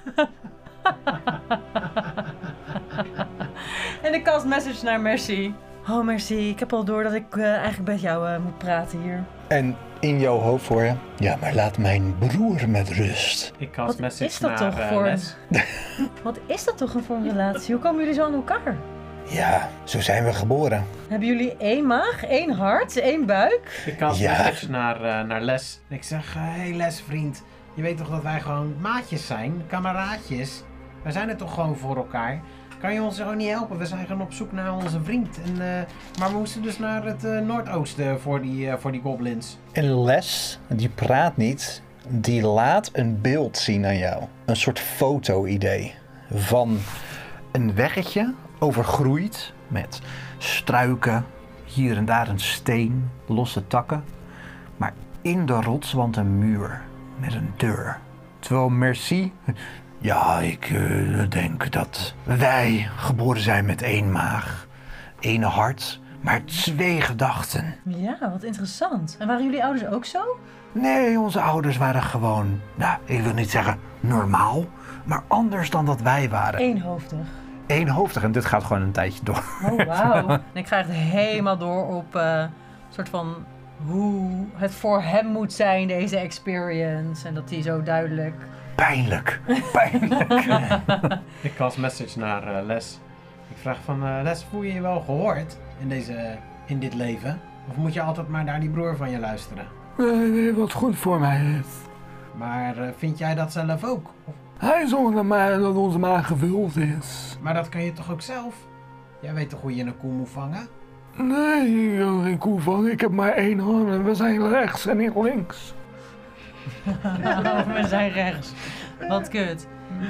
[SPEAKER 7] En ik cast message naar Merci. Oh Merci, ik heb al door dat ik uh, eigenlijk met jou uh, moet praten hier.
[SPEAKER 6] En in jouw hoofd voor je, ja maar laat mijn broer met rust.
[SPEAKER 4] Ik cast
[SPEAKER 7] Wat
[SPEAKER 4] message
[SPEAKER 7] is dat
[SPEAKER 4] naar
[SPEAKER 7] toch
[SPEAKER 4] uh,
[SPEAKER 7] voor...
[SPEAKER 4] Les.
[SPEAKER 7] Wat is dat toch voor een relatie? Hoe komen jullie zo aan elkaar?
[SPEAKER 6] Ja, zo zijn we geboren.
[SPEAKER 7] Hebben jullie één maag, één hart, één buik?
[SPEAKER 4] Ik cast
[SPEAKER 6] ja.
[SPEAKER 4] message naar, uh, naar Les. Ik zeg, hé uh, hey Les vriend, je weet toch dat wij gewoon maatjes zijn, kameraadjes. Wij zijn er toch gewoon voor elkaar. Kan je ons gewoon niet helpen? We zijn gewoon op zoek naar onze vriend. En, uh, maar we moesten dus naar het uh, noordoosten voor die, uh, voor die goblins.
[SPEAKER 6] En Les, die praat niet, die laat een beeld zien aan jou. Een soort foto-idee van een weggetje overgroeid met struiken, hier en daar een steen, losse takken. Maar in de rotswand een muur met een deur. Terwijl Merci... Ja, ik uh, denk dat wij geboren zijn met één maag, één hart, maar twee gedachten.
[SPEAKER 7] Ja, wat interessant. En waren jullie ouders ook zo?
[SPEAKER 6] Nee, onze ouders waren gewoon, nou, ik wil niet zeggen normaal, maar anders dan dat wij waren.
[SPEAKER 7] Eenhoofdig.
[SPEAKER 6] Eenhoofdig en dit gaat gewoon een tijdje door.
[SPEAKER 7] Oh, wauw. En ik ga echt helemaal door op uh, een soort van hoe het voor hem moet zijn, deze experience. En dat hij zo duidelijk...
[SPEAKER 6] Pijnlijk, pijnlijk.
[SPEAKER 4] Ik cast message naar uh, Les. Ik vraag van, uh, Les, voel je je wel gehoord in, deze, in dit leven? Of moet je altijd maar naar die broer van je luisteren?
[SPEAKER 8] Nee, wat goed voor mij is.
[SPEAKER 4] Maar uh, vind jij dat zelf ook? Of...
[SPEAKER 8] Hij zorgt naar mij dat onze maag gevuld is.
[SPEAKER 4] Maar dat kan je toch ook zelf? Jij weet toch hoe je een koe moet vangen?
[SPEAKER 8] Nee, ik wil geen koe vangen. Ik heb maar één arm en we zijn rechts en ik links.
[SPEAKER 7] We zijn rechts. Wat kut.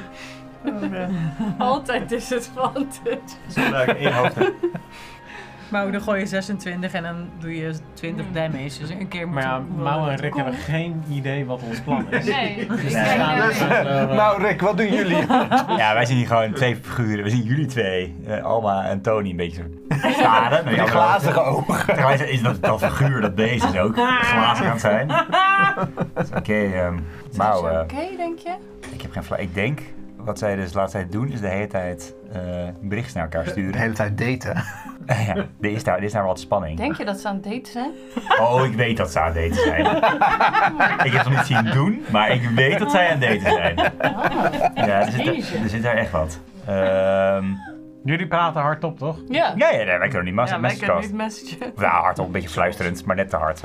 [SPEAKER 5] Altijd is het vantage.
[SPEAKER 2] Zo leuk, één hoofd.
[SPEAKER 7] Maar dan gooi je zesentwintig en dan doe je twintig damage. Dus een keer moet
[SPEAKER 4] Maar ja,
[SPEAKER 7] je...
[SPEAKER 4] Mau en Rick hebben geen idee wat ons plan is.
[SPEAKER 5] Nee, ik
[SPEAKER 2] Nee.
[SPEAKER 5] denk
[SPEAKER 6] Uh, nou Rick, wat doen jullie?
[SPEAKER 2] Ja, wij zien hier gewoon twee figuren. We zien jullie twee, uh, Alma en Tony, een beetje zo staren.
[SPEAKER 6] Met die glazige ogen.
[SPEAKER 2] Tegelijkertijd is dat, dat figuur dat bezig is ook glazig aan het zijn. Dus, Oké, okay, um, Mau.
[SPEAKER 5] Oké,
[SPEAKER 2] uh,
[SPEAKER 5] okay, denk je?
[SPEAKER 2] Ik heb geen flauw. Ik denk, wat zij dus de laatste tijd doen, is de hele tijd uh, berichten naar elkaar sturen.
[SPEAKER 6] De hele tijd daten.
[SPEAKER 2] Ja, er is daar, er is daar wat spanning.
[SPEAKER 5] Denk je dat ze aan het daten zijn?
[SPEAKER 2] Oh, ik weet dat ze aan het daten zijn. Ik heb het nog niet zien doen, maar ik weet dat zij aan het daten zijn. Ja, er zit, er, er zit daar echt wat. Um,
[SPEAKER 4] Jullie praten hardop, toch?
[SPEAKER 5] Ja.
[SPEAKER 2] ja, ja, nee, wij kunnen niet mas-
[SPEAKER 5] Ja, wij kunnen
[SPEAKER 2] messagecast.
[SPEAKER 5] niet messagen.
[SPEAKER 2] Nou, hardop, een beetje fluisterend, maar net te hard.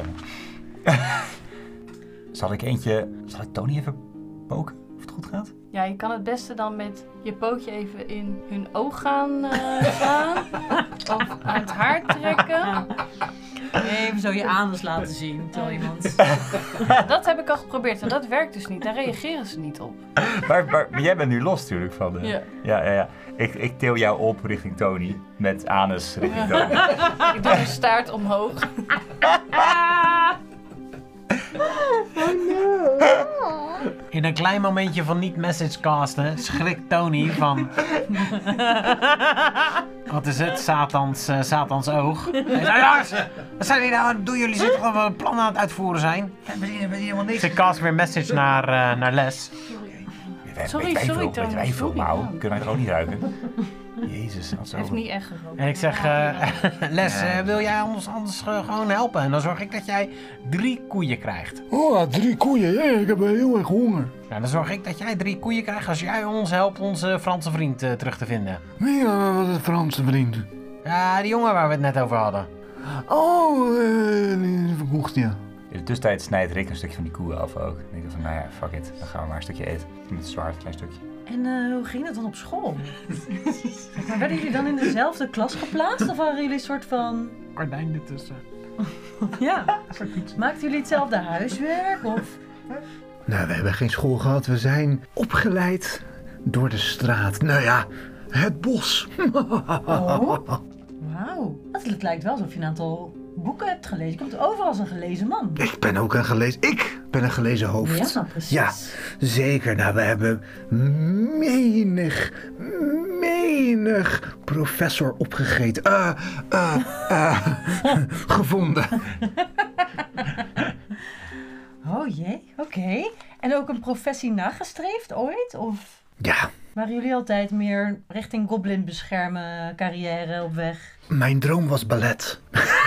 [SPEAKER 2] Zal ik eentje... Zal ik Tony even poken? Of het goed gaat?
[SPEAKER 5] Ja, je kan het beste dan met je pootje even in hun oog gaan uh, slaan. Of aan het haar trekken.
[SPEAKER 7] Even zo je anus laten zien, terwijl iemand...
[SPEAKER 5] Dat heb ik al geprobeerd en dat werkt dus niet. Daar reageren ze niet op.
[SPEAKER 2] Maar, maar, maar jij bent nu los natuurlijk van de...
[SPEAKER 5] Ja.
[SPEAKER 2] Ja, ja, ja. Ik, ik til jou op richting Tony. Met anus richting Tony.
[SPEAKER 5] Ik doe mijn staart omhoog.
[SPEAKER 4] In een klein momentje van niet message casten schrikt Tony van... Wat is het? Satans, uh, Satans oog. Hij zei, jongens, wat zijn jullie nou aan het doen? Jullie zitten toch een plan aan het uitvoeren zijn?
[SPEAKER 2] We zien, we zien helemaal niks.
[SPEAKER 4] Ze cast weer message naar, uh, naar Les.
[SPEAKER 5] Sorry,
[SPEAKER 2] weet wij
[SPEAKER 5] sorry,
[SPEAKER 2] veel,
[SPEAKER 5] Tony,
[SPEAKER 2] weet wij veel,
[SPEAKER 5] sorry.
[SPEAKER 2] Mau. Kunnen wij het ook niet ruiken? Jezus, wat zo.
[SPEAKER 5] Hij heeft niet echt gerookt.
[SPEAKER 4] En ik zeg, uh, Les, uh, wil jij ons anders uh, gewoon helpen? En dan zorg ik dat jij drie koeien krijgt.
[SPEAKER 8] Oh, drie koeien. Ja, ik heb wel heel erg honger.
[SPEAKER 4] Nou, dan zorg ik dat jij drie koeien krijgt als jij ons helpt onze Franse vriend uh, terug te vinden.
[SPEAKER 8] Wie uh, wat is Franse vriend?
[SPEAKER 4] Ja, die jongen waar we het net over hadden.
[SPEAKER 8] Oh, uh, die verkocht, ja.
[SPEAKER 2] In de tussentijd snijdt Rick een stukje van die koe af ook. En ik dacht van, nou ja, fuck it. Dan gaan we maar een stukje eten. Met een zwaard, een klein stukje.
[SPEAKER 7] En uh, hoe ging dat dan op school? Zeg maar, werden jullie dan in dezelfde klas geplaatst? Of waren jullie een soort van...
[SPEAKER 4] Gordijn ertussen.
[SPEAKER 7] Ja. Maakten jullie hetzelfde huiswerk? Of...
[SPEAKER 6] Nou, we hebben geen school gehad. We zijn opgeleid door de straat. Nou ja, het bos.
[SPEAKER 7] Oh. Wauw. Het lijkt wel alsof je een aantal boeken hebt gelezen. Je komt overal als een gelezen man.
[SPEAKER 6] Ik ben ook een gelezen... Ik ben een gelezen hoofd.
[SPEAKER 7] Ja, precies.
[SPEAKER 6] Ja, zeker. Nou, we hebben menig, menig professor opgegeten. Uh, uh, uh, gevonden.
[SPEAKER 7] Oh jee, oké. Okay. En ook een professie nagestreefd ooit? Of
[SPEAKER 6] Ja.
[SPEAKER 7] waren jullie altijd meer richting goblin beschermen carrière op weg?
[SPEAKER 6] Mijn droom was ballet.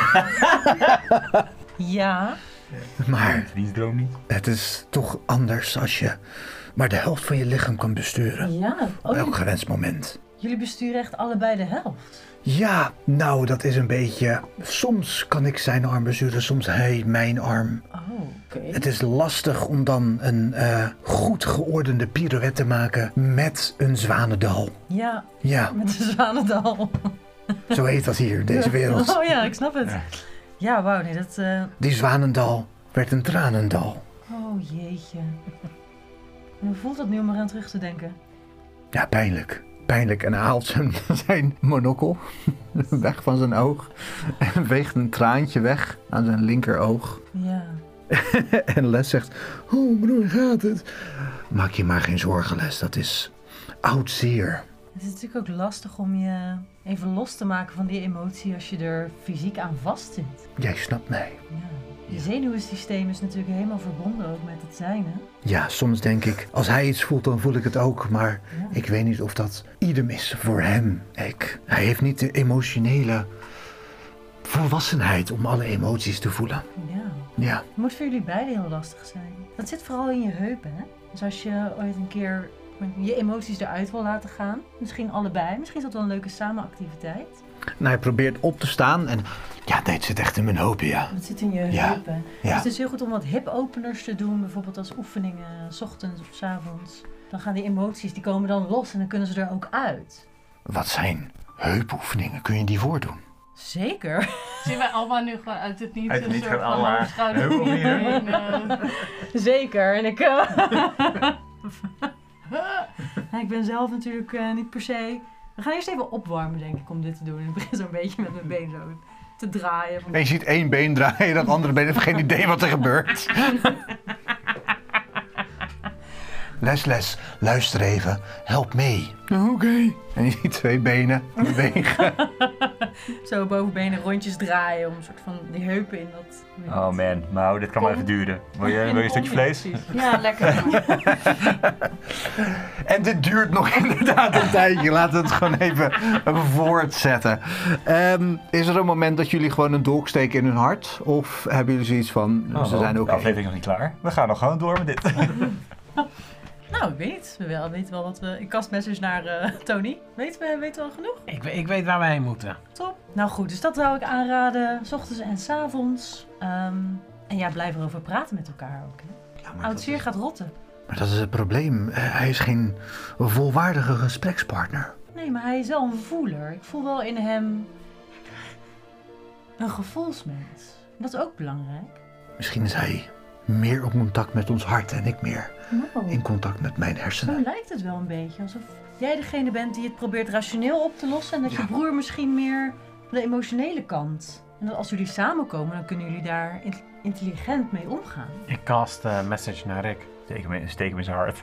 [SPEAKER 7] Ja.
[SPEAKER 6] Maar
[SPEAKER 2] Die droom niet.
[SPEAKER 6] het is toch anders als je maar de helft van je lichaam kan besturen.
[SPEAKER 7] Ja.
[SPEAKER 6] Op
[SPEAKER 7] Oh,
[SPEAKER 6] elk
[SPEAKER 7] jullie,
[SPEAKER 6] gewenst moment.
[SPEAKER 7] jullie besturen echt allebei de helft.
[SPEAKER 6] Ja, nou, dat is een beetje... Soms kan ik zijn arm besturen, soms hij mijn arm.
[SPEAKER 7] Oh, oké. Okay.
[SPEAKER 6] Het is lastig om dan een uh, goed geordende pirouette te maken met een zwanendal.
[SPEAKER 7] Ja,
[SPEAKER 6] Ja,
[SPEAKER 7] met een zwanendal.
[SPEAKER 6] zo heet dat hier, deze wereld.
[SPEAKER 7] Oh ja, ik snap het. Ja, ja wauw, nee, dat... Uh...
[SPEAKER 6] Die zwanendal werd een tranendal.
[SPEAKER 7] Oh jeetje. Hoe voelt dat nu om eraan terug te denken?
[SPEAKER 6] Ja, pijnlijk. Pijnlijk. En hij haalt zijn, zijn monokkel weg van zijn oog. En weegt een traantje weg aan zijn linkeroog.
[SPEAKER 7] Ja.
[SPEAKER 6] En Les zegt, oh broer, gaat het? Maak je maar geen zorgen, Les. Dat is oud zeer.
[SPEAKER 7] Het is natuurlijk ook lastig om je even los te maken van die emotie als je er fysiek aan vastzit.
[SPEAKER 6] Jij snapt mij.
[SPEAKER 7] Ja. Je zenuwsysteem is natuurlijk helemaal verbonden ook met het zijne.
[SPEAKER 6] Ja, soms denk ik, als hij iets voelt, dan voel ik het ook. Maar
[SPEAKER 7] Ja.
[SPEAKER 6] ik weet niet of dat idem is voor hem. Ik, hij heeft niet de emotionele volwassenheid om alle emoties te voelen.
[SPEAKER 7] Ja.
[SPEAKER 6] Ja,
[SPEAKER 7] Het moet voor jullie beiden heel lastig zijn. Dat zit vooral in je heupen, hè? Dus als je ooit een keer je emoties eruit wil laten gaan, misschien allebei, misschien is dat wel een leuke samenactiviteit.
[SPEAKER 6] nou, hij probeert op te staan en ja, nee, het zit echt in mijn heupen, ja.
[SPEAKER 7] Dat zit in je
[SPEAKER 6] Ja.
[SPEAKER 7] heupen.
[SPEAKER 6] Ja.
[SPEAKER 7] Dus het is heel goed om wat hip-openers te doen, bijvoorbeeld als oefeningen, 's ochtends of 's avonds. Dan gaan die emoties, die komen dan los en dan kunnen ze er ook uit.
[SPEAKER 6] Wat zijn heupoefeningen? Kun je die voordoen?
[SPEAKER 7] Zeker.
[SPEAKER 5] Zien wij allemaal nu gewoon uit het niet
[SPEAKER 2] Uit het
[SPEAKER 5] een
[SPEAKER 2] niet
[SPEAKER 5] soort
[SPEAKER 2] gaan
[SPEAKER 5] van
[SPEAKER 2] allemaal
[SPEAKER 5] hoofdschouder
[SPEAKER 2] heupoefeningen.
[SPEAKER 5] heen, eh.
[SPEAKER 7] Zeker. En ik... eh, ja, ik ben zelf natuurlijk eh, niet per se... We gaan eerst even opwarmen, denk ik, om dit te doen. En ik begin zo'n beetje met mijn been zo te draaien. Van...
[SPEAKER 6] En je ziet één been draaien, dat andere been heeft geen idee wat er gebeurt. Les, Les, luister even. Help mee. Oké. Okay. En je ziet twee benen bewegen.
[SPEAKER 7] Zo bovenbenen rondjes draaien om een soort van die heupen in dat...
[SPEAKER 2] Oh man, nou dit kan wel even duren. Wil je, wil je een stukje vlees?
[SPEAKER 5] Ja, lekker.
[SPEAKER 6] En dit duurt nog inderdaad een tijdje. Laten we het gewoon even voortzetten. Um, is er een moment dat jullie gewoon een dolk steken in hun hart? Of hebben jullie zoiets van,
[SPEAKER 2] Oh,
[SPEAKER 6] ze zijn oké?
[SPEAKER 2] De aflevering is nog niet klaar. We gaan nog gewoon door met dit.
[SPEAKER 7] Nou, ik weet niet. We wel- weten wel wat we... Ik kast message naar uh, Tony. Weten we, weten we al genoeg?
[SPEAKER 4] Ik, we- ik weet waar we heen moeten.
[SPEAKER 7] Top. Nou goed, dus dat zou ik aanraden. 's Ochtends en 's avonds. Um, en ja, blijf erover praten met elkaar ook. Hè.
[SPEAKER 6] Ja, maar,
[SPEAKER 7] Oud
[SPEAKER 6] dat
[SPEAKER 7] zeer
[SPEAKER 6] is,
[SPEAKER 7] gaat rotten.
[SPEAKER 6] maar dat is het probleem. Uh, hij is geen volwaardige gesprekspartner.
[SPEAKER 7] Nee, maar hij is wel een voeler. Ik voel wel in hem een gevoelsmens. Dat is ook belangrijk.
[SPEAKER 6] Misschien is hij meer op contact met ons hart en ik meer
[SPEAKER 7] Nou,
[SPEAKER 6] in contact met mijn
[SPEAKER 7] zo
[SPEAKER 6] hersenen.
[SPEAKER 7] lijkt het wel een beetje. Alsof jij degene bent die het probeert rationeel op te lossen. En dat
[SPEAKER 6] Ja.
[SPEAKER 7] je broer misschien meer de emotionele kant. En dat als jullie samenkomen, dan kunnen jullie daar in- intelligent mee omgaan.
[SPEAKER 4] Ik cast uh, message naar Rick.
[SPEAKER 2] Steek hem in, steek hem in zijn hart.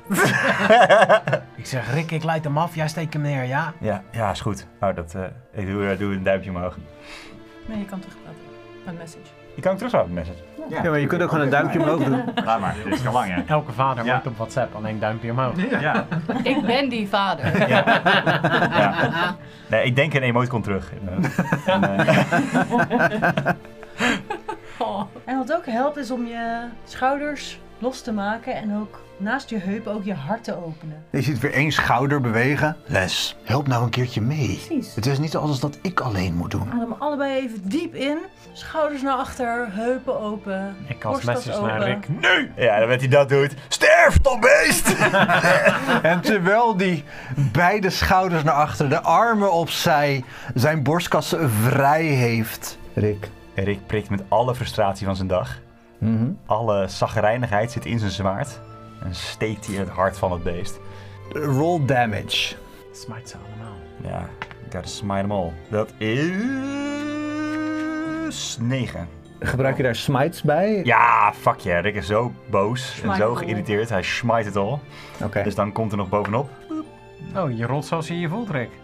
[SPEAKER 4] Ik zeg, Rick, ik leid hem af, jij steekt hem neer, ja?
[SPEAKER 2] Ja, ja, is goed. Nou, dat, uh, ik doe, uh, doe een duimpje omhoog.
[SPEAKER 7] Nee, je kan terugpraten. Een message.
[SPEAKER 2] Je kan hem terugzouden, de message.
[SPEAKER 6] Ja, maar je kunt ook gewoon een duimpje omhoog doen.
[SPEAKER 2] Laat maar, dit is al lang hè.
[SPEAKER 4] Elke vader
[SPEAKER 2] Ja.
[SPEAKER 4] wordt op WhatsApp, alleen duimpje omhoog.
[SPEAKER 2] Ja.
[SPEAKER 5] Ik ben die vader.
[SPEAKER 2] Ja. Ja. Nee, ik denk een emoticon terug. En, uh,
[SPEAKER 5] Oh.
[SPEAKER 7] En wat ook helpt is om je schouders los te maken en ook naast je heupen ook je hart te openen.
[SPEAKER 6] Je ziet weer één schouder bewegen. Les, help nou een keertje mee.
[SPEAKER 7] Precies.
[SPEAKER 6] Het is niet alles dat ik alleen moet doen.
[SPEAKER 7] Adem allebei even diep in. Schouders naar achter, heupen open.
[SPEAKER 4] Ik cast
[SPEAKER 7] borstkas
[SPEAKER 4] message naar
[SPEAKER 7] open.
[SPEAKER 4] Rick.
[SPEAKER 2] nu! Ja, dan werd hij dat doet. Sterf, toch beest!
[SPEAKER 6] En terwijl die beide schouders naar achter, de armen opzij, zijn borstkas vrij heeft. Rick.
[SPEAKER 2] Rick prikt met alle frustratie van zijn dag.
[SPEAKER 6] Mm-hmm.
[SPEAKER 2] Alle chagrijnigheid zit in zijn zwaard. En steekt hij in het hart van het beest.
[SPEAKER 6] Roll damage.
[SPEAKER 4] Smijt ze allemaal.
[SPEAKER 2] Ja, gotta smite them all. Dat is negen.
[SPEAKER 6] Gebruik je daar smites bij?
[SPEAKER 2] Ja, fuck yeah. Rick is zo boos en
[SPEAKER 7] Smite
[SPEAKER 2] zo
[SPEAKER 7] all.
[SPEAKER 2] geïrriteerd. Hij smite het al.
[SPEAKER 6] Oké.
[SPEAKER 2] Dus dan komt er nog bovenop.
[SPEAKER 4] Oh, je rolt zoals je je voelt, Rick.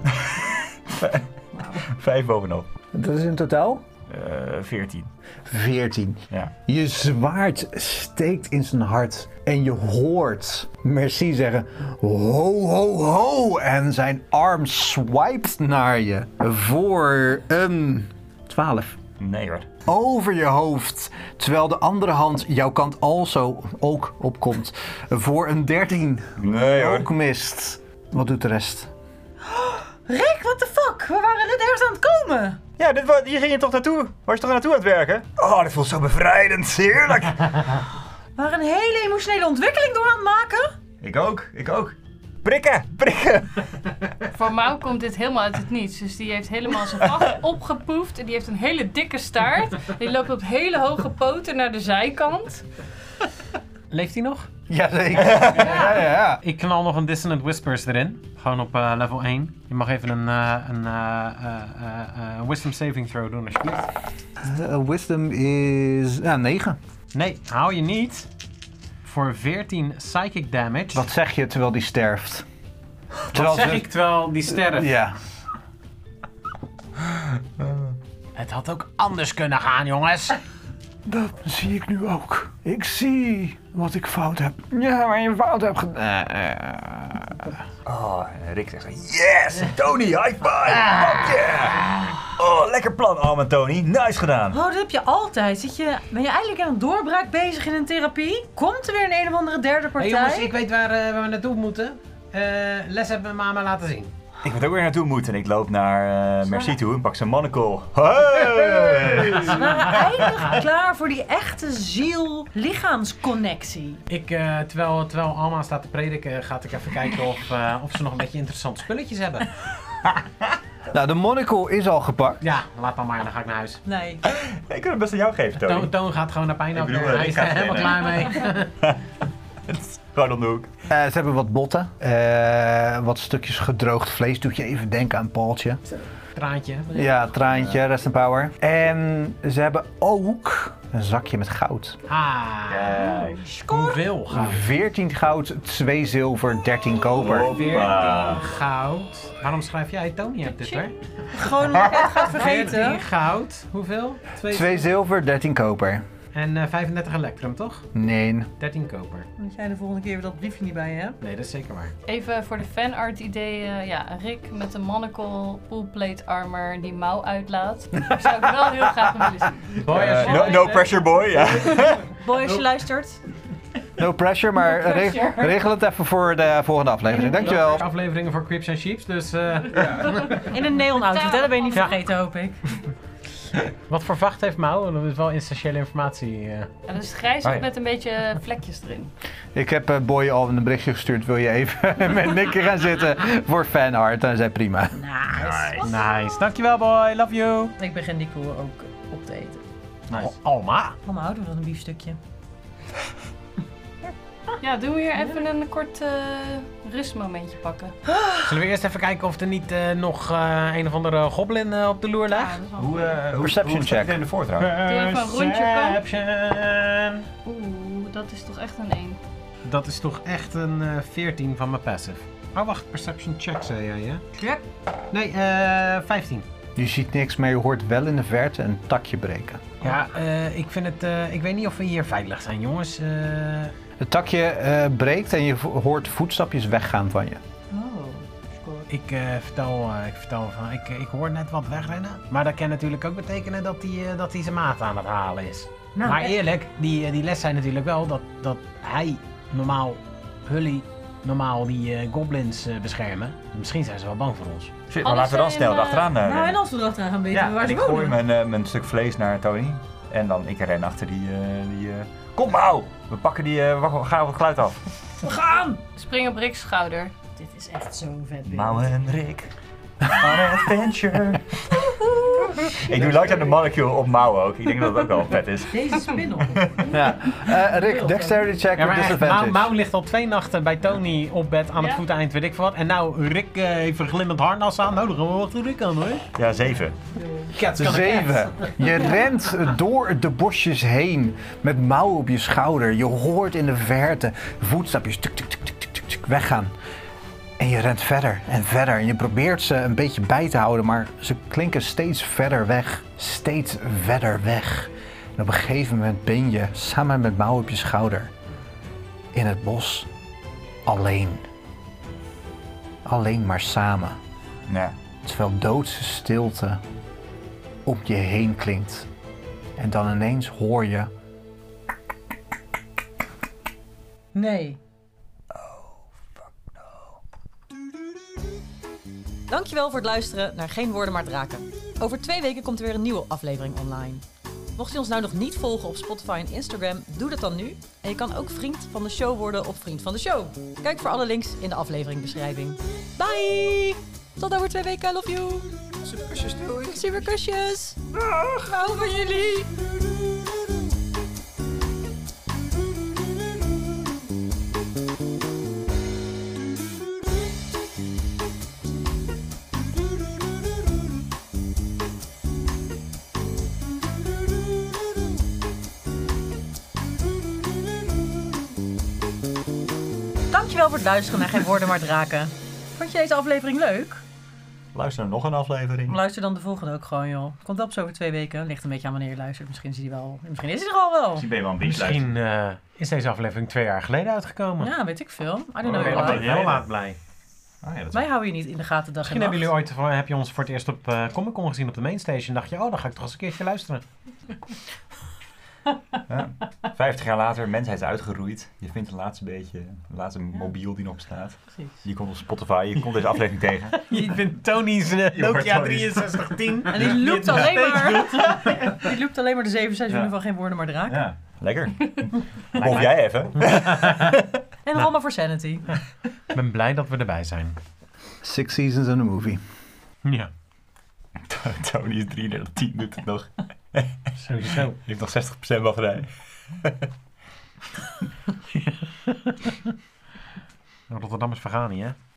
[SPEAKER 2] Vijf bovenop.
[SPEAKER 6] Dat is in totaal?
[SPEAKER 2] Uh, veertien.
[SPEAKER 6] veertien.
[SPEAKER 2] Ja.
[SPEAKER 6] Je zwaard steekt in zijn hart en je hoort Merci zeggen. Ho, ho, ho. En zijn arm swipet naar je voor een twaalf.
[SPEAKER 2] Nee hoor.
[SPEAKER 6] Over je hoofd, terwijl de andere hand jouw kant also ook opkomt voor een dertien.
[SPEAKER 2] Nee hoor.
[SPEAKER 6] Ook mist. Wat doet de rest?
[SPEAKER 7] Rick, what the fuck? We waren net ergens aan het komen.
[SPEAKER 2] Ja, dit was, hier ging je toch naartoe? Was je toch naartoe aan het werken? Oh, dit voelt zo bevrijdend. Heerlijk.
[SPEAKER 7] We waren een hele emotionele ontwikkeling door aan het maken.
[SPEAKER 2] Ik ook, ik ook. Prikken, prikken.
[SPEAKER 5] Voor Mau komt dit helemaal uit het niets. Dus die heeft helemaal zijn vacht opgepoefd. En die heeft een hele dikke staart. Die loopt op hele hoge poten naar de zijkant.
[SPEAKER 4] Leeft hij nog?
[SPEAKER 6] Jazeker. Ja, ja, ja.
[SPEAKER 4] Ik knal nog een Dissonant Whispers erin. Gewoon op uh, level één. Je mag even een, uh, een uh, uh, uh, uh, Wisdom Saving Throw doen alsjeblieft.
[SPEAKER 6] Uh, wisdom is ja, negen.
[SPEAKER 4] Nee, hou je niet. Voor veertien Psychic Damage.
[SPEAKER 6] Wat zeg je terwijl die sterft?
[SPEAKER 4] Wat
[SPEAKER 6] Terwijl
[SPEAKER 4] zeg
[SPEAKER 6] ze-
[SPEAKER 4] ik terwijl die sterft?
[SPEAKER 6] Ja.
[SPEAKER 4] Het had ook anders kunnen gaan, jongens.
[SPEAKER 8] Dat zie ik nu ook. Ik zie wat ik fout heb. Ja, maar je fout hebt gedaan.
[SPEAKER 2] Oh, en Rick zegt zo, yes, Tony, high five. Fuck yeah. Oh, lekker plan, Alma Tony. Nice gedaan.
[SPEAKER 7] Oh, dat heb je altijd. Zit je, ben je eigenlijk aan een doorbraak bezig in een therapie? Komt er weer een een of andere derde
[SPEAKER 4] Hey
[SPEAKER 7] partij?
[SPEAKER 4] jongens, ik weet waar, uh, waar we naartoe moeten. Uh, Les heeft mijn mama laten zien.
[SPEAKER 2] Ik moet ook weer naartoe moeten en ik loop naar uh, Merci toe en pak zijn monocle. Hey!
[SPEAKER 7] We waren eindelijk klaar voor die echte ziel-lichaamsconnectie.
[SPEAKER 4] Ik, uh, terwijl, terwijl Alma staat te prediken, ga ik even kijken of, uh, of ze nog een beetje interessante spulletjes hebben.
[SPEAKER 6] Nou, de monocle is al gepakt.
[SPEAKER 4] Ja, laat dan maar, dan ga ik naar huis.
[SPEAKER 7] Nee.
[SPEAKER 2] Ik kan het best aan jou geven, Tony.
[SPEAKER 4] Toon, Toon gaat gewoon naar Pijnakker.
[SPEAKER 2] Ik bedoel, uh,
[SPEAKER 4] Hij
[SPEAKER 2] ik
[SPEAKER 4] is
[SPEAKER 2] ga
[SPEAKER 4] er helemaal
[SPEAKER 2] trainen.
[SPEAKER 4] klaar mee.
[SPEAKER 2] Gewoon om de hoek.
[SPEAKER 6] Uh, ze hebben wat botten, uh, wat stukjes gedroogd vlees. Doet je even denken aan Paultje.
[SPEAKER 4] Traantje.
[SPEAKER 6] Ja, traantje, rest in power. En ze hebben ook een zakje met goud.
[SPEAKER 4] Ah,
[SPEAKER 2] Kijk.
[SPEAKER 4] hoeveel goud?
[SPEAKER 6] veertien goud, twee zilver, dertien koper.
[SPEAKER 2] Hoppa.
[SPEAKER 4] veertien goud. Waarom schrijf jij Tony hebt dit hoor?
[SPEAKER 7] Gewoon omdat ik het ga vergeten.
[SPEAKER 4] veertien goud. Hoeveel? Twee.
[SPEAKER 6] twee zilver, dertien koper.
[SPEAKER 4] En uh, vijfendertig Electrum, toch?
[SPEAKER 6] Nee.
[SPEAKER 4] dertien koper.
[SPEAKER 7] Dat jij de volgende keer weer dat briefje niet bij je hebt.
[SPEAKER 4] Nee, dat is zeker waar.
[SPEAKER 5] Even voor de fanart ideeën. Ja, Rick met een monocle, full-plate armor die mouw uitlaat. Daar zou ik wel heel graag willen zien.
[SPEAKER 4] Boy,
[SPEAKER 2] Uh,
[SPEAKER 4] als je-
[SPEAKER 2] no, no pressure boy, ja.
[SPEAKER 7] Boy, als je luistert.
[SPEAKER 6] No pressure, maar
[SPEAKER 5] No pressure.
[SPEAKER 6] Re regel het even voor de volgende aflevering. Dankjewel.
[SPEAKER 4] Afleveringen voor Crips en Sheeps, dus... Uh,
[SPEAKER 7] In een neon outfit, hè? Dat ben je niet
[SPEAKER 4] Ja.
[SPEAKER 7] vergeten, hoop ik.
[SPEAKER 4] wat voor vacht heeft Mau? Dat is wel essentiële informatie. Uh.
[SPEAKER 5] Ja, dat is grijs
[SPEAKER 2] Oh ja.
[SPEAKER 5] met een beetje vlekjes erin.
[SPEAKER 6] Ik heb uh, Boy al een berichtje gestuurd. Wil je even met Nicky gaan zitten voor fanart? Dan zei prima.
[SPEAKER 7] Nice.
[SPEAKER 4] Nice. Dankjewel boy, love you.
[SPEAKER 7] Ik begin die koe ook op te eten.
[SPEAKER 4] Nice. Alma.
[SPEAKER 7] Mama, houden we van een biefstukje?
[SPEAKER 5] Ja, doen we hier even een kort uh, rustmomentje pakken.
[SPEAKER 4] Zullen we eerst even kijken of er niet uh, nog uh, een of andere goblin uh, op de loer
[SPEAKER 5] Ja,
[SPEAKER 4] ligt?
[SPEAKER 5] dat is wel
[SPEAKER 2] Hoe, uh, hoe,
[SPEAKER 6] Perception
[SPEAKER 2] hoe staat
[SPEAKER 6] check.
[SPEAKER 2] het in de voortrouw?
[SPEAKER 5] Doe even een rondje, Ko.
[SPEAKER 4] Perception.
[SPEAKER 5] Oeh, dat is toch echt een één.
[SPEAKER 4] Dat is toch echt een uh, veertien van mijn passive. Oh wacht, perception check zei jij hè?
[SPEAKER 7] Ja.
[SPEAKER 4] Nee, uh, vijftien.
[SPEAKER 6] Je ziet niks, maar je hoort wel in de verte een takje breken.
[SPEAKER 4] Ja, uh, ik vind het, uh, ik weet niet of we hier veilig zijn jongens. Uh,
[SPEAKER 6] Het takje uh, breekt en je vo- hoort voetstapjes weggaan van je.
[SPEAKER 7] Oh, score.
[SPEAKER 4] ik, uh, vertel, uh, ik vertel van, ik, ik hoor net wat wegrennen. Maar dat kan natuurlijk ook betekenen dat hij uh, dat hij zijn maat aan het halen is.
[SPEAKER 7] Nou,
[SPEAKER 4] maar
[SPEAKER 7] eh,
[SPEAKER 4] eerlijk, die, uh, die les zei natuurlijk wel dat, dat hij normaal, Hully, normaal die uh, goblins uh, beschermen. Misschien zijn ze wel bang voor ons.
[SPEAKER 2] Shit, maar laten we dan snel achteraan. Uh,
[SPEAKER 7] Nou, en als we erachteraan gaan weten we
[SPEAKER 2] ja,
[SPEAKER 7] waar
[SPEAKER 2] en
[SPEAKER 7] ze
[SPEAKER 2] ik gooi
[SPEAKER 7] wonen.
[SPEAKER 2] mijn, uh, mijn stuk vlees naar Tony. En dan ik ren achter die... Uh, die uh... Kom Mau! We pakken die... Uh, we gaan het geluid af.
[SPEAKER 7] We gaan!
[SPEAKER 5] Spring op Rick's schouder.
[SPEAKER 7] Dit is echt zo'n vet beeld.
[SPEAKER 2] Mau en Rick. On an adventure. Ik doe langzaam de molecule op mouwen ook. Ik denk dat het ook wel vet is.
[SPEAKER 7] Deze spin-off.
[SPEAKER 6] Ja. Uh, Rick, dexterity check
[SPEAKER 4] Ja,
[SPEAKER 6] with
[SPEAKER 4] maar echt,
[SPEAKER 6] disadvantage.
[SPEAKER 4] Mau, Mau ligt al twee nachten bij Tony op bed aan het
[SPEAKER 5] Ja?
[SPEAKER 4] voeteneind, weet ik veel wat. En nou, Rick uh, heeft een glimmend harnas aan. Nou, dan gaan we wachten Rick aan, hoor.
[SPEAKER 2] Ja, zeven.
[SPEAKER 4] Cats kan
[SPEAKER 6] Zeven. Je rent door de bosjes heen met mouwen op je schouder. Je hoort in de verte voetstapjes tuk, tuk, tuk, tuk, tuk, tuk, tuk, weggaan. En je rent verder en verder. En je probeert ze een beetje bij te houden, maar ze klinken steeds verder weg. Steeds verder weg. En op een gegeven moment ben je samen met mouwen op je schouder in het bos alleen. Alleen maar samen.
[SPEAKER 2] Ja.
[SPEAKER 6] Terwijl doodse stilte om je heen klinkt. En dan ineens hoor je...
[SPEAKER 7] Nee.
[SPEAKER 3] Dankjewel voor het luisteren naar Geen Woorden Maar Draken. Over twee weken komt er weer een nieuwe aflevering online. Mocht je ons nou nog niet volgen op Spotify en Instagram, doe dat dan nu. En je kan ook vriend van de show worden op Vriend van de Show. Kijk voor alle links in de afleveringbeschrijving. Bye! Tot over twee weken, I love you!
[SPEAKER 1] Super kusjes, doei.
[SPEAKER 3] Super kusjes! Dag! Hou van jullie! Dankjewel voor het luisteren naar Geen Woorden Maar Draken. Vond je deze aflevering leuk?
[SPEAKER 2] Luister naar nog een aflevering.
[SPEAKER 7] Luister dan de volgende ook gewoon, joh. Komt op zo over twee weken. Ligt een beetje aan wanneer je luistert. Misschien is hij wel. Misschien is hij er al wel.
[SPEAKER 2] Misschien ben je wel een beetje
[SPEAKER 4] Misschien uh, is deze aflevering twee jaar geleden uitgekomen.
[SPEAKER 7] Ja, weet ik veel. I don't
[SPEAKER 2] Oh,
[SPEAKER 7] know.
[SPEAKER 2] nee,
[SPEAKER 7] why.
[SPEAKER 2] dat
[SPEAKER 4] Ik ben heel laat blij.
[SPEAKER 2] Oh, ja, dat is
[SPEAKER 7] Wij houden je niet in de gaten dag
[SPEAKER 4] Misschien
[SPEAKER 7] en
[SPEAKER 4] hebben
[SPEAKER 7] nacht.
[SPEAKER 4] jullie ooit, heb je ons voor het eerst op uh, Comic Con gezien op de Mainstation. Dacht je, oh, dan ga ik toch eens een keertje luisteren.
[SPEAKER 2] Ja. Vijftig jaar later, mensheid is uitgeroeid. Je vindt het laatste beetje, de laatste mobiel die nog bestaat.
[SPEAKER 7] Precies.
[SPEAKER 2] Die komt op Spotify, je komt deze aflevering tegen.
[SPEAKER 4] Je vindt Tony's uh,
[SPEAKER 2] Je hoort
[SPEAKER 4] Nokia
[SPEAKER 2] Tony's.
[SPEAKER 4] drieënzestig tien.
[SPEAKER 7] En die loopt alleen maar. Die loopt alleen maar de zeven seizoenen
[SPEAKER 2] Ja.
[SPEAKER 7] van Geen Woorden Maar Draken.
[SPEAKER 2] Ja, lekker. Bof jij even.
[SPEAKER 7] En allemaal voor Sanity.
[SPEAKER 4] Ik ben blij dat we erbij zijn.
[SPEAKER 6] Six seasons in a movie.
[SPEAKER 4] Ja,
[SPEAKER 2] Tony is drieëndertig tien, doet het nog.
[SPEAKER 4] sowieso.
[SPEAKER 2] Heeft nog zestig procent batterij.
[SPEAKER 4] Rotterdam is vergaan, hè?